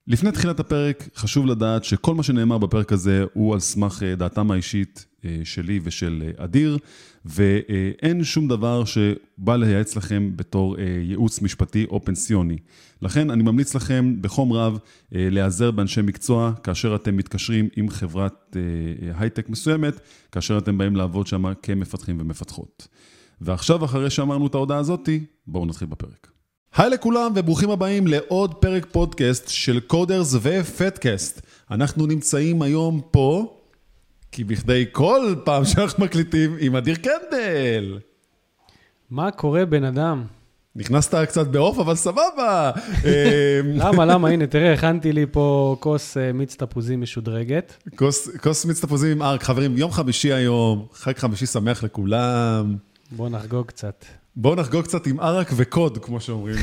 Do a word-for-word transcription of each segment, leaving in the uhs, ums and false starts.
לפני תחילת הפרק, חשוב לדעת שכל מה שנאמר בפרק הזה הוא על סמך דעתם האישית שלי ושל אדיר, ואין שום דבר שבא לייעץ לכם בתור ייעוץ משפטי או פנסיוני. לכן אני ממליץ לכם בחום רב להיעזר באנשי מקצוע, כאשר אתם מתקשרים עם חברת הייטק מסוימת, כאשר אתם באים לעבוד שם כמפתחים ומפתחות. ועכשיו, אחרי שאמרנו את ההודעה הזאת, בואו נתחיל בפרק. היי לכולם וברוכים הבאים לעוד פרק פודקאסט של קודרס ופטקאסט. אנחנו נמצאים היום פה, כי בכדי כל פעם שאנחנו מקליטים עם אדיר קנדל. מה קורה בן אדם? נכנסת קצת באוף, אבל סבבה. למה, למה? הנה, תראה, הכנתי לי פה כוס מיץ תפוזים משודרגת. כוס, כוס מיץ תפוזים עם ארק. חברים, יום חמישי היום, חג חמישי שמח לכולם. בואו נחגוג קצת. בואו נחגוג קצת עם ארק וקוד, כמו שאומרים.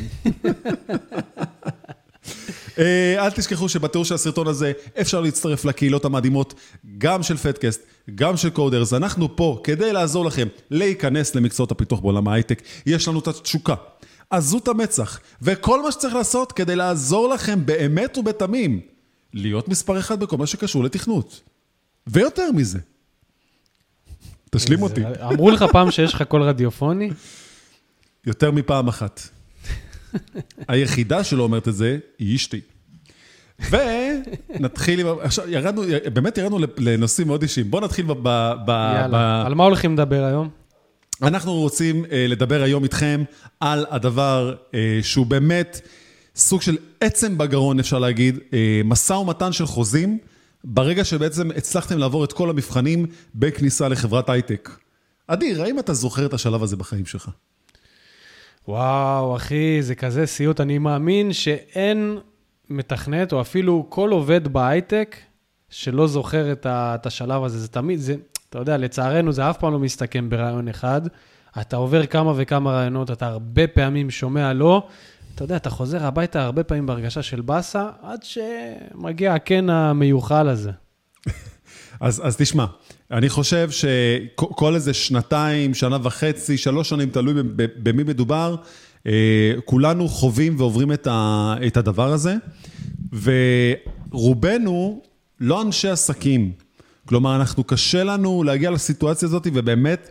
אל תשכחו שבתיאור של הסרטון הזה אפשר להצטרף לקהילות המדהימות, גם של פטקאסט, גם של קודרס. אנחנו פה כדי לעזור לכם להיכנס למקצועות הפיתוח בעולם ההייטק. יש לנו את התשוקה, עזות המצח, וכל מה שצריך לעשות כדי לעזור לכם באמת ובתמים, להיות מספר אחד בכל מה שקשור לתכנות. ויותר מזה. תשלים אותי. אמרו לך פעם שיש לך קול רדיופוני? יותר מפעם אחת. היחידה שלא אומרת את זה, היא אשתי. ונתחיל עם... עכשיו, ירדנו, באמת ירדנו לנושאים מאוד אישיים. בואו נתחיל ב... ב... יאללה, על מה הולכים לדבר היום? אנחנו רוצים לדבר היום איתכם על הדבר שהוא באמת סוג של עצם בגרון, אפשר להגיד, מסע ומתן של חוזים, ברגע שבעצם הצלחתם לעבור את כל המבחנים בכניסה לחברת הייטק. אדיר, האם אתה זוכר את השלב הזה בחיים שלך? וואו, אחי, זה כזה סיוט. אני מאמין שאין מתכנת, או אפילו כל עובד בהייטק, שלא זוכר את, ה, את השלב הזה. זה תמיד, זה, אתה יודע, לצערנו זה אף פעם לא מסתכם ברעיון אחד. אתה עובר כמה וכמה רעיונות, אתה הרבה פעמים שומע לא. אתה יודע, אתה חוזר הביתה הרבה פעמים בהרגשה של בסה, עד שמגיע הכן המיוחל הזה. אז, אז תשמע, אני חושב שכל איזה שנתיים, שנה וחצי, שלוש שנים, תלוי במי מדובר, כולנו חווים ועוברים את, ה, את הדבר הזה, ורובנו לא אנשי עסקים. כלומר, אנחנו קשה לנו להגיע לסיטואציה הזאת, ובאמת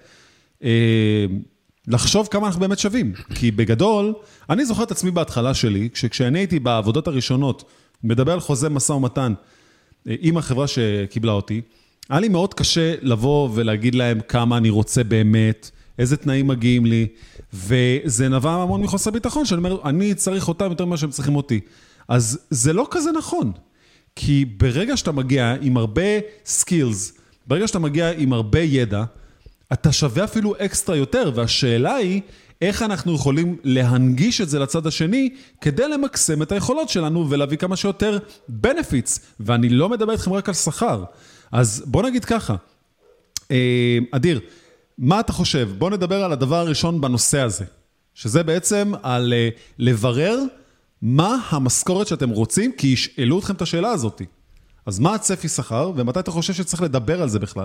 לחשוב כמה אנחנו באמת שווים. כי בגדול, אני זוכר את עצמי בהתחלה שלי, כשאני הייתי בעבודות הראשונות, מדבר על חוזה מסע ומתן, עם החברה שקיבלה אותי, היה לי מאוד קשה לבוא ולהגיד להם כמה אני רוצה באמת, איזה תנאים מגיעים לי, וזה נבע המון מחוסר ביטחון, שאני אומר, אני צריך אותם יותר ממה שהם צריכים אותי. אז זה לא כזה נכון, כי ברגע שאתה מגיע עם הרבה סקילס, ברגע שאתה מגיע עם הרבה ידע, אתה שווה אפילו אקסטרה יותר, והשאלה היא, איך אנחנו יכולים להנגיש את זה לצד השני, כדי למקסם את היכולות שלנו, ולהביא כמה שיותר benefits, ואני לא מדבר איתכם רק על שכר. אז בוא נגיד ככה, אדיר, מה אתה חושב? בוא נדבר על הדבר הראשון בנושא הזה, שזה בעצם על לברר מה המשכורת שאתם רוצים, כי ישאלו אתכם את השאלה הזאת. אז מה הצפי שכר, ומתי אתה חושב שצריך לדבר על זה בכלל?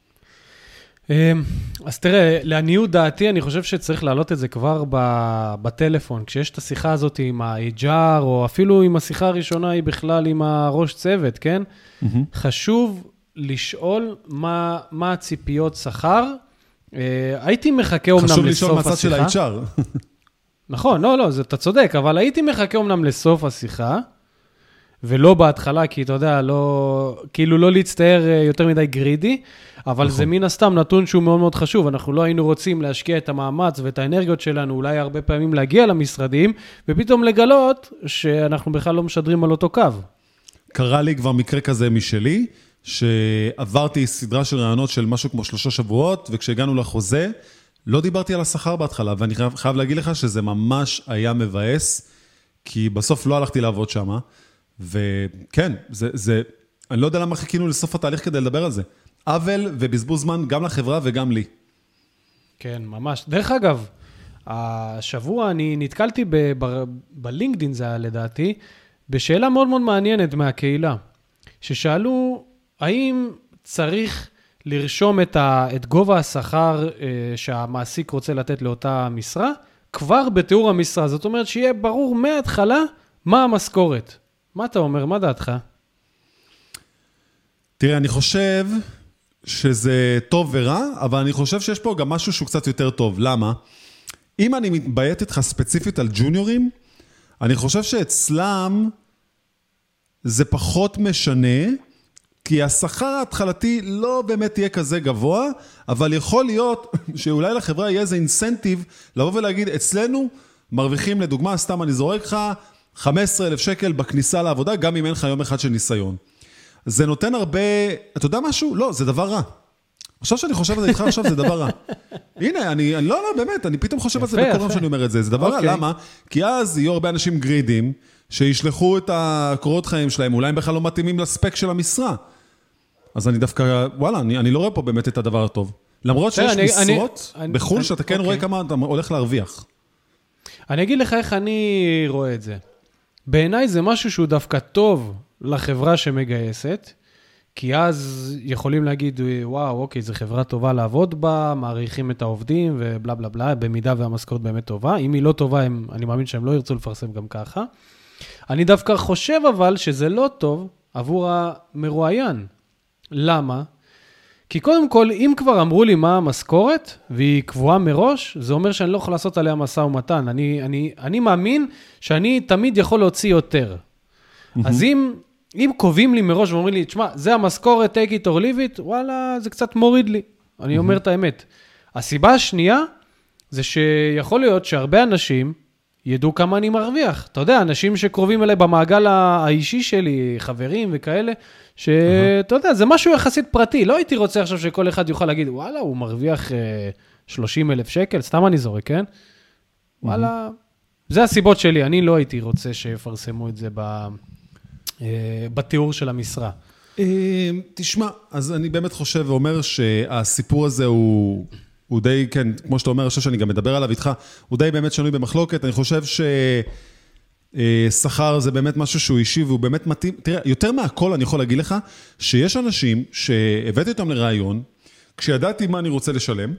אז תראה, לעניות דעתי, אני חושב שצריך להעלות את זה כבר בטלפון, כשיש את השיחה הזאת עם ה-אייץ' אר, או אפילו עם השיחה הראשונה היא בכלל עם הראש צוות, כן? חשוב לשאול מה, מה הציפיות שכר. הייתי מחכה אומנם לסוף השיחה. חשוב לשאול מהצד של ה-אייץ' אר. נכון, לא, לא, זה, אתה צודק, אבל הייתי מחכה אומנם לסוף השיחה, ולא בהתחלה, כי אתה יודע, לא, כאילו לא להצטער יותר מדי גרידי, אבל נכון. זה מן הסתם נתון שהוא מאוד מאוד חשוב. אנחנו לא היינו רוצים להשקיע את המאמץ ואת האנרגיות שלנו, אולי הרבה פעמים להגיע למשרדים, ופתאום לגלות שאנחנו בכלל לא משדרים על אותו קו. קרה לי כבר מקרה כזה משלי, שעברתי סדרה של רעיונות של משהו כמו שלושה שבועות, וכשהגענו לחוזה, לא דיברתי על השכר בהתחלה, ואני חייב להגיד לך שזה ממש היה מבאס, כי בסוף לא הלכתי לעבוד שמה, וכן, זה, זה, אני לא יודע למה חיכינו לסוף התהליך כדי לדבר על זה. אבל ובזבוז זמן גם לחברה וגם לי. כן, ממש. דרך אגב, השבוע אני נתקלתי ב- ב- בלינקדין, זה היה לדעתי, בשאלה מאוד מאוד מעניינת מהקהילה, ששאלו, האם צריך לרשום את, ה- את גובה השכר אה, שהמעסיק רוצה לתת לאותה משרה, כבר בתיאור המשרה. זאת אומרת שיהיה ברור מההתחלה מה המשכורת. מה אתה אומר? מה דעתך? תראה, אני חושב שזה טוב ורע, אבל אני חושב שיש פה גם משהו שהוא קצת יותר טוב. למה? אם אני מתביית איתך ספציפית על ג'וניורים, אני חושב שאצלם זה פחות משנה, כי השכר ההתחלתי לא באמת יהיה כזה גבוה, אבל יכול להיות שאולי לחברה יהיה איזה אינסנטיב לבוא ולהגיד, אצלנו מרוויחים לדוגמה, סתם אני זורק לך חמישה עשר אלף שקל בכניסה לעבודה, גם אם אין לך יום אחד של ניסיון. זה נותן הרבה, אתה יודע משהו? לא, זה דבר רע. עכשיו שאני חושב על זה איתך, עכשיו זה דבר רע. הנה, אני, אני לא, לא, באמת, אני פתאום חושב על זה בכל פעם שאני אומר את זה. זה דבר רע, למה? כי אז יהיו הרבה אנשים גרידים, שישלחו את הקורות חיים שלהם, אולי הם בכלל לא מתאימים לספק של המשרה. אז אני דווקא, וואלה, אני, אני לא רואה פה באמת את הדבר הטוב. למרות שיש אני, משרות אני, בחול, אני, שאתה כן אוקיי. רואה כמה אתה הולך להרוויח. אני אגיד לך איך אני רואה את זה. בעיניי זה משהו שהוא דווקא טוב לחברה שמגייסת, כי אז יכולים להגיד, וואו, אוקיי, זו חברה טובה לעבוד בה, מעריכים את העובדים ובלה בלה בלה, במידה והמשכורת באמת טובה. אם היא לא טובה, הם, אני מאמין שהם לא ירצו לפרסם גם ככה. אני דווקא חושב אבל שזה לא טוב עבור המרואיין. למה? כי קודם כל, אם כבר אמרו לי מה המשכורת, והיא קבועה מראש, זה אומר שאני לא יכול לעשות עליה משא ומתן. אני, אני, אני מאמין שאני תמיד יכול להוציא יותר. Mm-hmm. אז אם, אם קובעים לי מראש ואומרים לי, תשמע, זה המשכורת, take it or leave it, וואלה, זה קצת מוריד לי. אני mm-hmm. אומר את האמת. הסיבה השנייה, זה שיכול להיות שהרבה אנשים ידעו כמה אני מרוויח. אתה יודע, אנשים שקרובים אליי במעגל האישי שלי, חברים וכאלה, שאתה יודע, זה משהו יחסית פרטי. לא הייתי רוצה עכשיו שכל אחד יוכל להגיד, וואלה, הוא מרוויח שלושים אלף שקל, סתם אני זורק, כן? וואלה, זה הסיבות שלי. אני לא הייתי רוצה שיפרסמו את זה בתיאור של המשרה. תשמע, אז אני באמת חושב ואומר שהסיפור הזה הוא... הוא די, כן, כמו שאתה אומר, אני חושב שאני גם מדבר עליו איתך, הוא די באמת שנוי במחלוקת, אני חושב ששכר זה באמת משהו שהוא אישי, והוא באמת מתאים, תראה, יותר מהכל אני יכול להגיד לך, שיש אנשים שהבאתי אותם לרעיון, כשידעתי מה אני רוצה לשלם,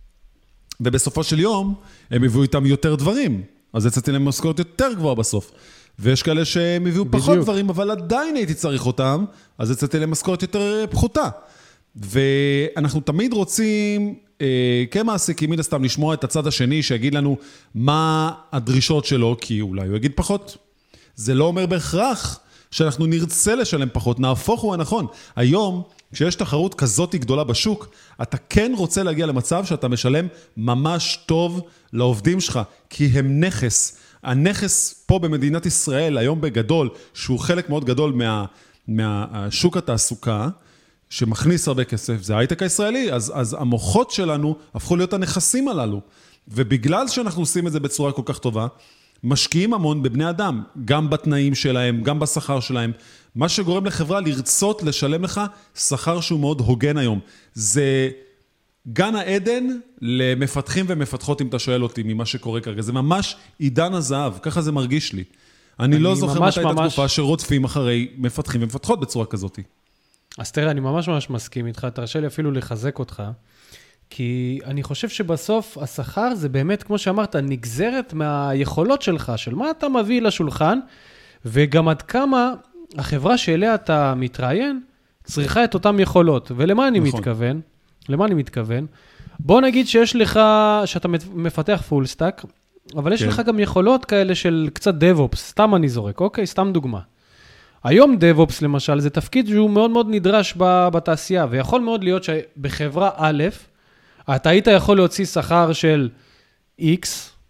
ובסופו של יום, הם הביאו איתם יותר דברים, אז יצאתי להם משכורת יותר גבוהה בסוף, ויש כאלה שהם הביאו פחות דברים, אבל עדיין הייתי צריך אותם, אז יצאתי להם משכורת יותר פחותה, ואנחנו תמיד רוצים... כמעסיקים, מן הסתם, לשמוע את הצד השני, שיגיד לנו מה הדרישות שלו, כי אולי הוא יגיד פחות. זה לא אומר בהכרח שאנחנו נרצה לשלם פחות, נהפוך הוא הנכון. היום, כשיש תחרות כזאת גדולה בשוק, אתה כן רוצה להגיע למצב שאתה משלם ממש טוב לעובדים שלך, כי הם נכס. הנכס פה במדינת ישראל, היום בגדול, שהוא חלק מאוד גדול מה, מהשוק התעסוקה, שמכניס הרבה כסף, זה ההייטק הישראלי, אז, אז המוחות שלנו הפכו להיות הנכסים הללו. ובגלל שאנחנו עושים את זה בצורה כל כך טובה, משקיעים המון בבני אדם, גם בתנאים שלהם, גם בשכר שלהם, מה שגורם לחברה לרצות לשלם לך שכר שהוא מאוד הוגן היום. זה גן העדן למפתחים ומפתחות, אם אתה שואל אותי, ממה שקורה כרגע. זה ממש עידן הזהב, ככה זה מרגיש לי. אני, אני לא זוכר מתי ממש... את התקופה שרודפים אחרי מפתחים ומפתחות בצורה כזאת. אז תראה, אני ממש ממש מסכים איתך, תרשה לי אפילו לחזק אותך, כי אני חושב שבסוף השכר זה באמת, כמו שאמרת, נגזרת מהיכולות שלך, של מה אתה מביא לשולחן, וגם עד כמה החברה שאליה אתה מתראיין, צריכה את אותם יכולות. ולמה אני נכון. מתכוון? למה אני מתכוון? בוא נגיד שיש לך, שאתה מפתח פול סטאק, אבל יש כן. לך גם יכולות כאלה של קצת DevOps, סתם אני זורק, אוקיי? סתם דוגמה. היום DevOps למשל, זה תפקיד שהוא מאוד מאוד נדרש בתעשייה, ויכול מאוד להיות שבחברה א', אתה היית יכול להוציא שכר של X,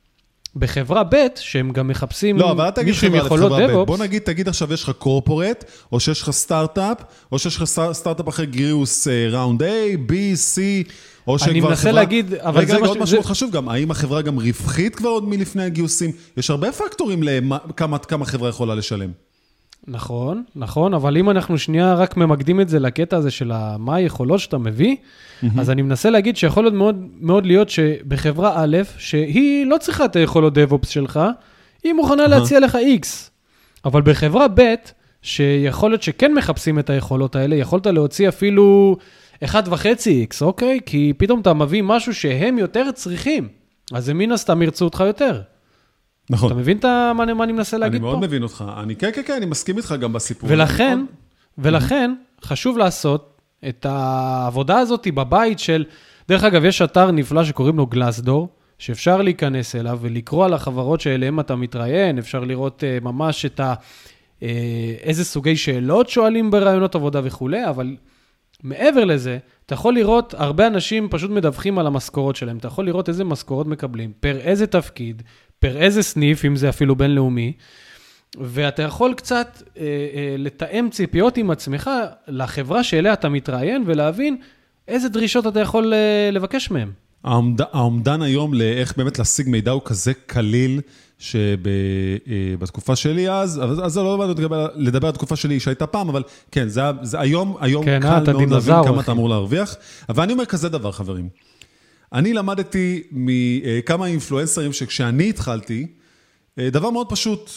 בחברה ב', שהם גם מחפשים לא, אבל תגיד מישהו עם חברה יכולות לחברה ב'. DevOps. בוא נגיד, תגיד עכשיו יש לך קורפורט, או שיש לך סטארט-אפ, או שיש לך סטארט-אפ אחרי גיוס ראונד A, B, C, או שכבר אני מנסה חברה... להגיד, אבל רגע, זה רגע, עוד משהו... משהו מאוד חשוב גם, האם החברה גם רווחית כבר עוד מלפני הגיוסים? יש הרבה פקטורים לכמה כמה חברה יכולה לשלם. נכון, נכון, אבל אם אנחנו שנייה רק ממקדים את זה לקטע הזה של מה היכולות שאתה מביא, mm-hmm. אז אני מנסה להגיד שיכול להיות מאוד, מאוד להיות שבחברה א', שהיא לא צריכה את היכולות DevOps שלך, היא מוכנה uh-huh. להציע לך X. אבל בחברה ב', שיכול להיות שכן מחפשים את היכולות האלה, יכולת להוציא אפילו אחד וחצי X, אוקיי? כי פתאום אתה מביא משהו שהם יותר צריכים, אז זה מן הסתם ירצו אותך יותר. נכון. אתה מבין מה אני מנסה להגיד פה? אני מאוד מבין אותך. אני, כן, כן, כן, אני מסכים איתך גם בסיפור. ולכן, ולכן, חשוב לעשות את העבודה הזאת בבית של, דרך אגב, יש אתר נפלא שקוראים לו גלאסדור, שאפשר להיכנס אליו ולקרוא על החברות שאליהם אתה מתראיין, אפשר לראות ממש את ה... איזה סוגי שאלות שואלים ברעיונות עבודה וכו', אבל מעבר לזה, אתה יכול לראות, הרבה אנשים פשוט מדווחים על המשכורות שלהם, אתה יכול לראות איזה משכורות מקבלים, פר איזה תפקיד, פר איזה סניף, אם זה אפילו בינלאומי, ואתה יכול קצת אה, אה, לתאם ציפיות עם עצמך לחברה שאליה אתה מתראיין, ולהבין איזה דרישות אתה יכול אה, לבקש מהם. העומדן היום לאיך באמת להשיג מידע הוא כזה קליל, שבתקופה שלי אז, אז זה לא לדבר, לדבר על התקופה שלי שהייתה פעם, אבל כן, זה, זה היום, היום כן, קל אתה מאוד להבין כמה אחי. אתה אמור להרוויח. אבל אני אומר כזה דבר, חברים. אני למדתי מכמה אינפלואנסרים שכשאני התחלתי, דבר מאוד פשוט,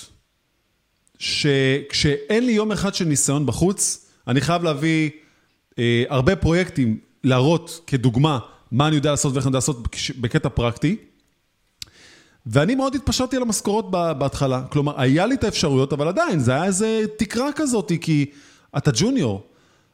שכשאין לי יום אחד של ניסיון בחוץ, אני חייב להביא אה, הרבה פרויקטים, להראות כדוגמה מה אני יודע לעשות ואיך אני יודע לעשות בקטע פרקטי, ואני מאוד התפשרתי על המשכורות בהתחלה. כלומר, היה לי את האפשרויות, אבל עדיין, זה היה איזה תקרה כזאת, כי אתה ג'וניור.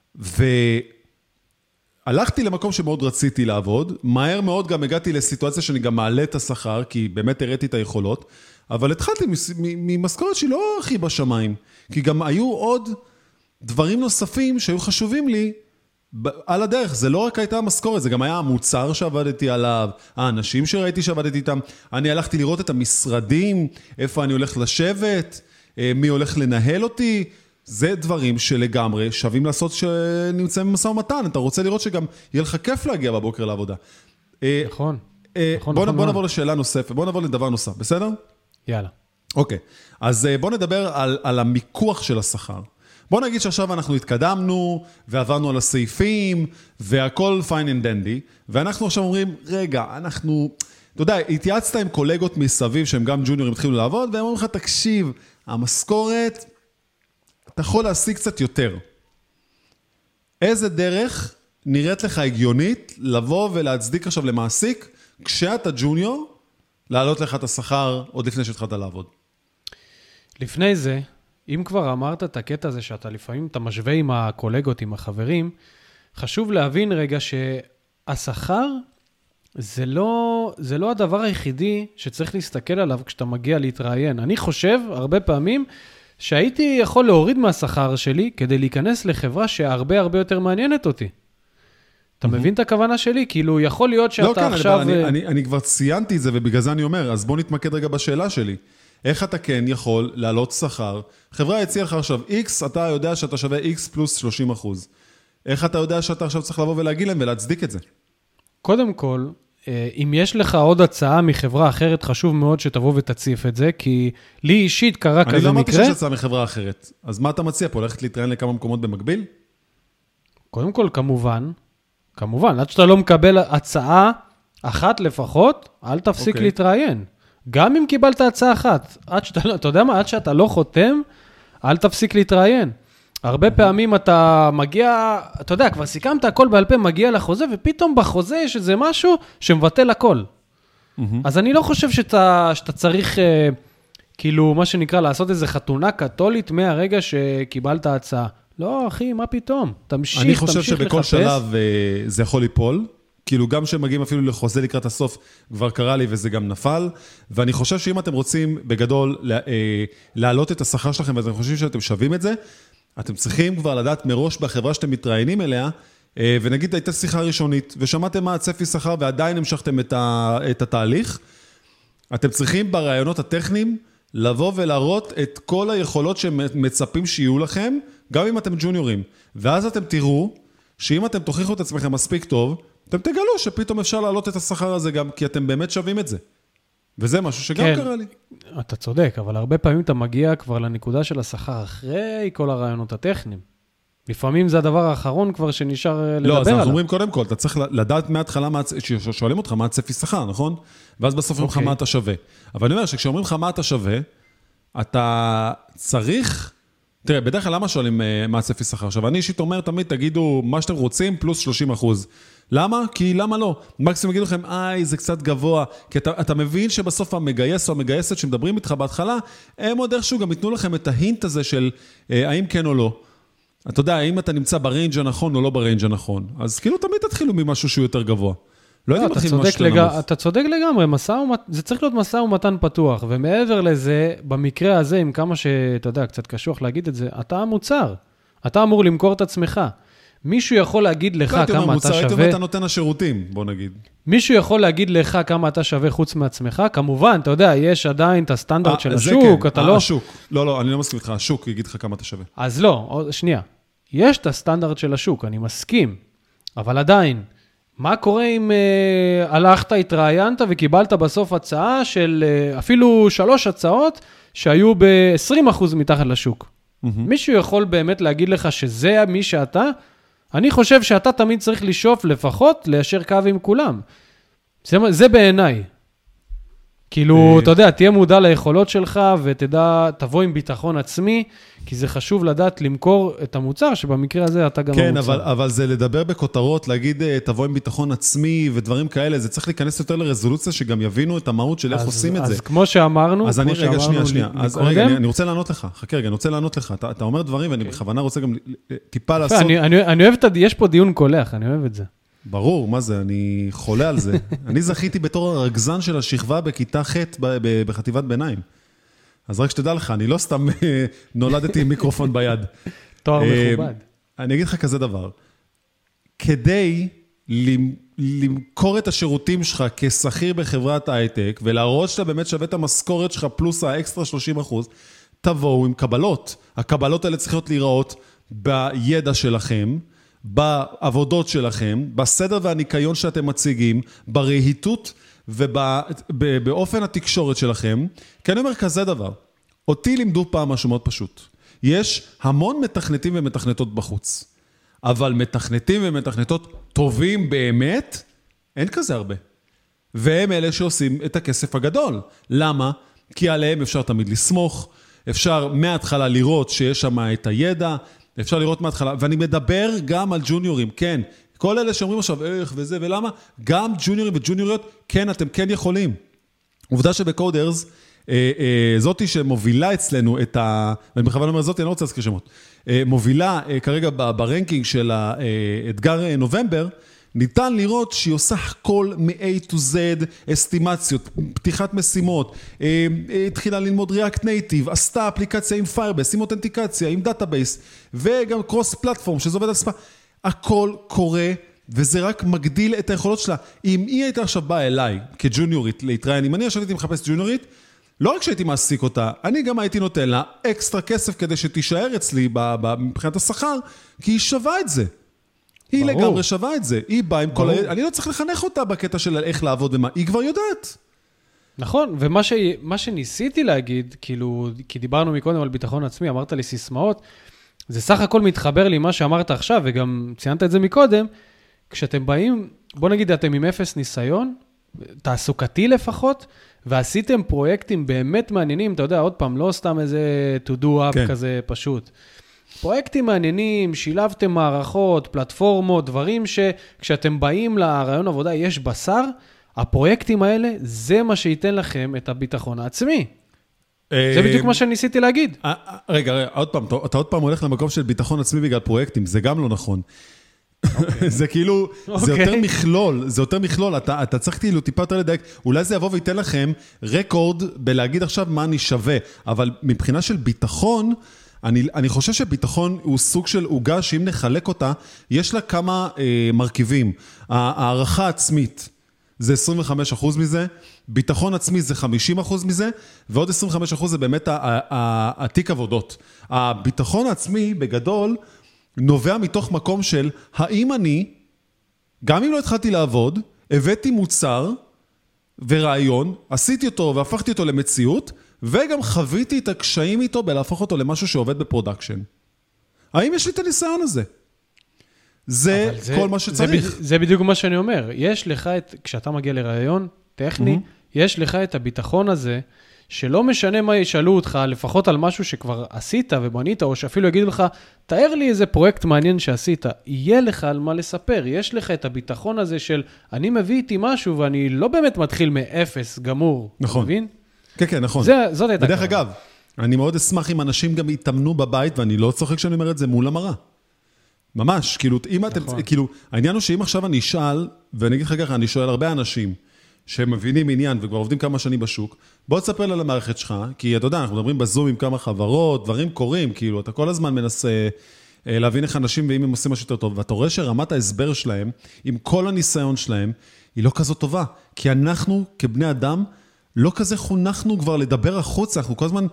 והלכתי למקום שמאוד רציתי לעבוד, מהר מאוד גם הגעתי לסיטואציה שאני גם מעלה את השכר, כי באמת הראיתי את היכולות, אבל התחלתי ממשכורת שהיא לא הכי בשמיים, כי גם היו עוד דברים נוספים שהיו חשובים לי, על הדרך, זה לא רק הייתה המשכורת, זה גם היה המוצר שעבדתי עליו, האנשים שראיתי שעבדתי איתם, אני הלכתי לראות את המשרדים, איפה אני הולך לשבת, מי הולך לנהל אותי, זה דברים שלגמרי שווים לעשות שנמצאים במשא ומתן, אתה רוצה לראות שגם יהיה לך כיף להגיע בבוקר לעבודה. נכון. בוא נעבור לשאלה נוספת, בוא נעבור לדבר נוסף, בסדר? יאללה. אוקיי, אז בוא נדבר על, על המיקוח של השכר. בוא נגיד שעכשיו אנחנו התקדמנו, ועברנו על הסעיפים, והכל fine and dandy, ואנחנו עכשיו אומרים, רגע, אנחנו, אתה יודע, התייעצת עם קולגות מסביב, שהם גם ג'וניורים התחילו לעבוד, והם אומרים לך, תקשיב, המשכורת, אתה יכול להשיג קצת יותר. איזה דרך נראית לך הגיונית, לבוא ולהצדיק עכשיו למעסיק, כשאתה ג'וניור, להעלות לך את השכר עוד לפני שהתחלת לעבוד? לפני זה, אם כבר אמרת את הקטע הזה שאתה לפעמים, אתה משווה עם הקולגות, עם החברים, חשוב להבין רגע שהשכר זה לא, זה לא הדבר היחידי שצריך להסתכל עליו כשאתה מגיע להתראיין. אני חושב הרבה פעמים שהייתי יכול להוריד מהשכר שלי כדי להיכנס לחברה שהרבה הרבה יותר מעניינת אותי. אתה מבין את הכוונה שלי? כאילו יכול להיות שאתה לא, כן, עכשיו... אני, אני, אני כבר ציינתי את זה ובגלל זה אני אומר, אז בוא נתמקד רגע בשאלה שלי. איך אתה כן יכול לעלות שכר? חברה הציעה לך עכשיו X, אתה יודע שאתה שווה X פלוס שלושים אחוז. איך אתה יודע שאתה עכשיו צריך לבוא ולהגיד להם ולהצדיק את זה? קודם כל, אם יש לך עוד הצעה מחברה אחרת, חשוב מאוד שתבוא ותציף את זה, כי לי אישית קרה כזה מקרה. אני לא אמרתי שיש הצעה מחברה אחרת. אז מה אתה מציע פה? הולכת להתראיין לכמה מקומות במקביל? קודם כל, כמובן, כמובן, עד שאתה לא מקבל הצעה אחת לפחות, אל תפסיק okay. להתראיין. גם אם קיבלת הצעה אחת, עד שאתה, אתה יודע מה, עד שאתה לא חותם, אל תפסיק להתראיין. הרבה פעמים אתה מגיע, אתה יודע, כבר סיכמת הכל בעל פה, מגיע לחוזה, ופתאום בחוזה יש איזה משהו שמבטל הכל. אז אני לא חושב שאתה, שאתה צריך, כאילו, מה שנקרא, לעשות איזה חתונה קתולית מהרגע שקיבלת הצעה. לא, אחי, מה פתאום? תמשיך, אני חושב תמשיך שבכל לחפש. שלב זה יכול ליפול, כאילו גם שמגיעים אפילו לחוזה לקראת הסוף, כבר קרה לי וזה גם נפל, ואני חושב שאם אתם רוצים בגדול להעלות את השכר שלכם, ואתם חושבים שאתם שווים את זה, אתם צריכים כבר לדעת מראש בחברה שאתם מתראיינים אליה, ונגיד הייתה שיחה ראשונית, ושמעתם מה הצפי שכר ועדיין המשכתם את התהליך, אתם צריכים ברעיונות הטכניים לבוא ולהראות את כל היכולות שמצפים שיהיו לכם, גם אם אתם ג'וניורים. ואז אתם תראו שאם אתם תוכיחו את עצמכם מספיק טוב, אתם תגלו שפתאום אפשר להעלות את השכר הזה גם, כי אתם באמת שווים את זה. וזה משהו שגם כן, קרה לי. אתה צודק, אבל הרבה פעמים אתה מגיע כבר לנקודה של השכר אחרי כל הרעיונות הטכניים. לפעמים זה הדבר האחרון כבר שנשאר לדבר עליו. לא, אז אנחנו אומרים קודם כל, אתה צריך לדעת מההתחלה, שואלים אותך מה הצפי שכר, נכון? ואז בסוף אומרים לך מה אתה שווה. אבל אני אומר שכשאומרים לך מה אתה שווה, אתה צריך תראה, בדרך כלל למה שואלים מה הצפי שכר? עכשיו, אני אישית אומר, תמיד תגידו מה שאתם רוצים, פלוס שלושים אחוז. למה? כי למה לא? מקסימום יגידו לכם, איי, זה קצת גבוה, כי אתה, אתה מבין שבסוף המגייס או המגייסת שמדברים איתך בהתחלה, הם עוד איכשהו גם ייתנו לכם את ההינט הזה של אה, האם כן או לא. אתה יודע, האם אתה נמצא בריינג' הנכון או לא בריינג' הנכון. אז כאילו תמיד תתחילו ממשהו שהוא יותר גבוה. לא יודעים מתחיל משהו יותר נמוך. אתה צודק לגמרי, זה צריך להיות מסע ומתן פתוח, ומעבר לזה, במקרה הזה, עם כמה שאתה יודע, קצת קשוח להגיד את זה, אתה המוצר. אתה אמור למכור את עצמך. מישהו יכול להגיד לך כמה אתה שווה... הייתי אומר, אתה נותן השירותים, בוא נגיד. מישהו יכול להגיד לך כמה אתה שווה חוץ מעצמך, כמובן, אתה יודע, יש עדיין את הסטנדרט של השוק, אתה לא... השוק, לא, לא, אני לא מסכים איתך, השוק יגיד לך כמה אתה שווה. אז לא, שנייה, יש את הסטנדרט של השוק, אני מסכים, אבל עדיין, מה קורה אם uh, הלכת, התראיינת וקיבלת בסוף הצעה של uh, אפילו שלוש הצעות שהיו ב-עשרים אחוז מתחת לשוק? Mm-hmm. מישהו יכול באמת להגיד לך שזה מי שאתה? אני חושב שאתה תמיד צריך לשאוף לפחות ליישר קו עם כולם. זה, זה בעיניי. כאילו, אתה יודע, תהיה מודע ליכולות שלך ותדע, תבוא עם ביטחון עצמי, כי זה חשוב לדעת למכור את המוצר, שבמקרה הזה אתה גם כן, המוצר. אבל, אבל זה לדבר בכותרות, להגיד, תבוא עם ביטחון עצמי ודברים כאלה, זה צריך להיכנס יותר לרזולוציה, שגם יבינו את המהות של איך אז, עושים אז את זה. אז כמו שאמרנו, אז כמו אני, רגע, שאמרנו שנייה, שנייה. מקודם, אז רגע, אני, אני רוצה לענות לך. חכה רגע, אני רוצה לענות לך. אתה, אתה אומר דברים, ואני בכוונה רוצה גם טיפה לעשות... אני, אני, אני אוהב את, יש פה דיון קולח, אני אוהב את זה. ברור, מה זה? אני חולה על זה. אני זכיתי בתור הרגזן של השכבה בכיתה ח' בחטיבת ביניים. אז רק שתדע לך, אני לא סתם נולדתי עם מיקרופון ביד. תואר מכובד. אני אגיד לך כזה דבר. כדי למכור את השירותים שלך כשכיר בחברת הייטק, ולהראות שאתה באמת שווה את המשכורת שלך פלוס האקסטרה שלושים אחוז, תבואו עם קבלות. הקבלות האלה צריכות להיראות בידע שלכם, בעבודות שלכם, בסדר והניקיון שאתם מציגים, ברהיטות ובאופן התקשורת שלכם. כי אני אומר כזה דבר, אותי לימדו פעם משהו מאוד פשוט. יש המון מתכנתים ומתכנתות בחוץ, אבל מתכנתים ומתכנתות טובים באמת, אין כזה הרבה. והם אלה שעושים את הכסף הגדול. למה? כי עליהם אפשר תמיד לסמוך, אפשר מההתחלה לראות שיש שם את הידע, אפשר לראות מההתחלה, ואני מדבר גם על ג'וניורים, כן. כל אלה שאומרים עכשיו איך וזה ולמה, גם ג'וניורים וג'וניוריות, כן, אתם כן יכולים. עובדה שבקודרס, אה, אה, זאתי שמובילה אצלנו את ה... ואני בכוונה אומר זאתי, אני לא רוצה להזכיר שמות. אה, מובילה אה, כרגע ברנקינג של האתגר אה, נובמבר, ניתן לראות שהיא עושה הכל מ-A to Z, אסטימציות, פתיחת משימות, אה, אה, התחילה ללמוד React Native, עשתה אפליקציה עם Firebase, עם אותנטיקציה, עם דאטאבייס, וגם קרוס פלטפורם שזה עובד על ספה. הכל קורה, וזה רק מגדיל את היכולות שלה. אם היא הייתה עכשיו באה אליי כג'וניורית להתראיין, אם אני עכשיו הייתי מחפש ג'וניורית, לא רק שהייתי מעסיק אותה, אני גם הייתי נותן לה אקסטרה כסף כדי שתישאר אצלי מבחינת השכר, כי היא שווה את זה. היא ברור. לגמרי שווה את זה. היא באה עם ברור. כל... אני לא צריך לחנך אותה בקטע של איך לעבוד ומה, היא כבר יודעת. נכון, ומה ש... מה שניסיתי להגיד, כאילו, כי דיברנו מקודם על ביטחון עצמי, אמרת לי סיסמאות, זה סך הכל מתחבר לי מה שאמרת עכשיו, וגם ציינת את זה מקודם, כשאתם באים, בוא נגיד, אתם עם אפס ניסיון, תעסוקתי לפחות, ועשיתם פרויקטים באמת מעניינים, אתה יודע, עוד פעם, לא סתם איזה to do up כן. כזה פשוט. פרויקטים מעניינים, שילבתם מערכות, פלטפורמות, דברים שכשאתם באים לרעיון עבודה יש בשר, הפרויקטים האלה, זה מה שייתן לכם את הביטחון העצמי. זה בדיוק מה שניסיתי להגיד. רגע, עוד פעם, אתה עוד פעם הולך למקום של ביטחון עצמי בגלל פרויקטים, זה גם לא נכון. זה כאילו, זה יותר מכלול, זה יותר מכלול, אתה צריך כאילו טיפה יותר לדייק, אולי זה יבוא וייתן לכם רקורד בלהגיד עכשיו מה אני שווה, אבל מבחינה של ביטחון, אני, אני חושב שביטחון הוא סוג של עוגה, שאם נחלק אותה, יש לה כמה אה, מרכיבים. הערכה עצמית זה עשרים וחמישה אחוז מזה, ביטחון עצמי זה חמישים אחוז מזה, ועוד עשרים וחמישה אחוז זה באמת העתיק עבודות. הביטחון העצמי בגדול נובע מתוך מקום של האם אני, גם אם לא התחלתי לעבוד, הבאתי מוצר ורעיון, עשיתי אותו והפכתי אותו למציאות, וגם חוויתי את הקשיים איתו בלהפוך אותו למשהו שעובד בפרודקשן. האם יש לי את הניסיון הזה? זה, זה כל מה שצריך. זה, זה בדיוק מה שאני אומר. יש לך את, כשאתה מגיע לרעיון טכני, mm-hmm. יש לך את הביטחון הזה, שלא משנה מה ישאלו אותך, לפחות על משהו שכבר עשית ובנית, או שאפילו יגידו לך, תאר לי איזה פרויקט מעניין שעשית, יהיה לך על מה לספר, יש לך את הביטחון הזה של, אני מביא איתי משהו ואני לא באמת מתחיל מאפס גמור. נכון. מבין? כן, כן, נכון. זה, זאת הייתה. בדרך אגב, אני מאוד אשמח אם אנשים גם יתאמנו בבית, ואני לא צוחק שאני אומר את זה מול המראה. ממש, כאילו, אם אתם, כאילו, העניין הוא שאם עכשיו אני אשאל, ואני אגיד לך ככה, אני שואל הרבה אנשים, שהם מבינים עניין וכבר עובדים כמה שנים בשוק, בוא תספר על המערכת שלך, כי אתה יודע, אנחנו מדברים בזום עם כמה חברות, דברים קורים, כאילו, אתה כל הזמן מנסה להבין איך אנשים ואם הם עושים משהו יותר טוב, ואתה רואה שרמת ההסבר שלהם, עם כל הניסיון שלהם, היא לא כזאת טובה, כי אנחנו כבני אדם, לא כזה חונכנו כבר לדבר החוץ, אנחנו כל הזמן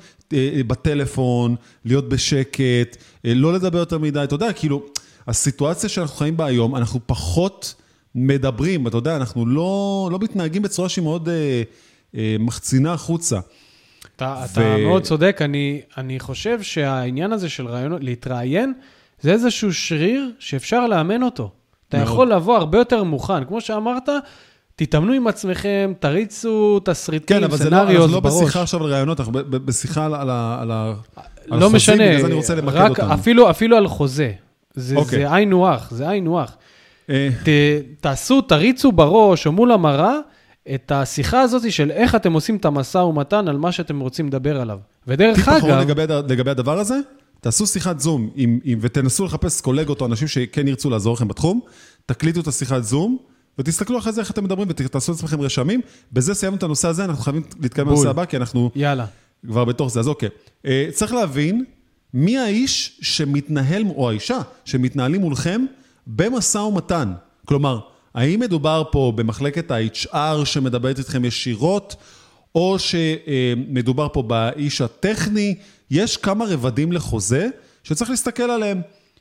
בטלפון, להיות בשקט, לא לדבר יותר מדי, אתה יודע, כאילו, הסיטואציה שאנחנו חיים בה היום, אנחנו פחות מדברים, אתה יודע, אנחנו לא, לא מתנהגים בצורה שהיא מאוד אה, אה, מחצינה החוצה. אתה, ו... אתה מאוד צודק, אני, אני חושב שהעניין הזה של רעיונות, להתראיין, זה איזשהו שריר שאפשר לאמן אותו. אתה מאוד. יכול לבוא הרבה יותר מוכן, כמו שאמרת, תתאמנו עם עצמכם, תריצו תסריטים, כן, אבל סנריוס לא, בראש. אנחנו לא בשיחה עכשיו על רעיונות, אנחנו בשיחה על, על, על, על לא החוזים, משנה, בגלל זה אני רוצה למקד רק אותנו. אפילו, אפילו על חוזה. זה, אוקיי. זה עין אוח, זה עין אוח. ת, תעשו, תריצו בראש או מול המראה, את השיחה הזאת של איך אתם עושים את המשא ומתן על מה שאתם רוצים לדבר עליו. ודרך אגב... לגבי, לגבי הדבר הזה, תעשו שיחת זום עם, עם, ותנסו לחפש קולגות או אנשים שכן ירצו לעזור לכם בתחום, תקליטו את השיחת זום, ותסתכלו אחרי זה איך אתם מדברים ותעשו את עצמכם רשמים. בזה סיימנו את הנושא הזה, אנחנו חייבים להתקיים בנושא הבא, כי אנחנו יאללה. כבר בתוך זה. אז אוקיי. צריך להבין מי האיש שמתנהל, או האישה שמתנהלים מולכם במשא ומתן. כלומר, האם מדובר פה במחלקת ה-אייץ' אר שמדברת איתכם ישירות, או שמדובר פה באיש הטכני? יש כמה רבדים לחוזה שצריך להסתכל עליהם.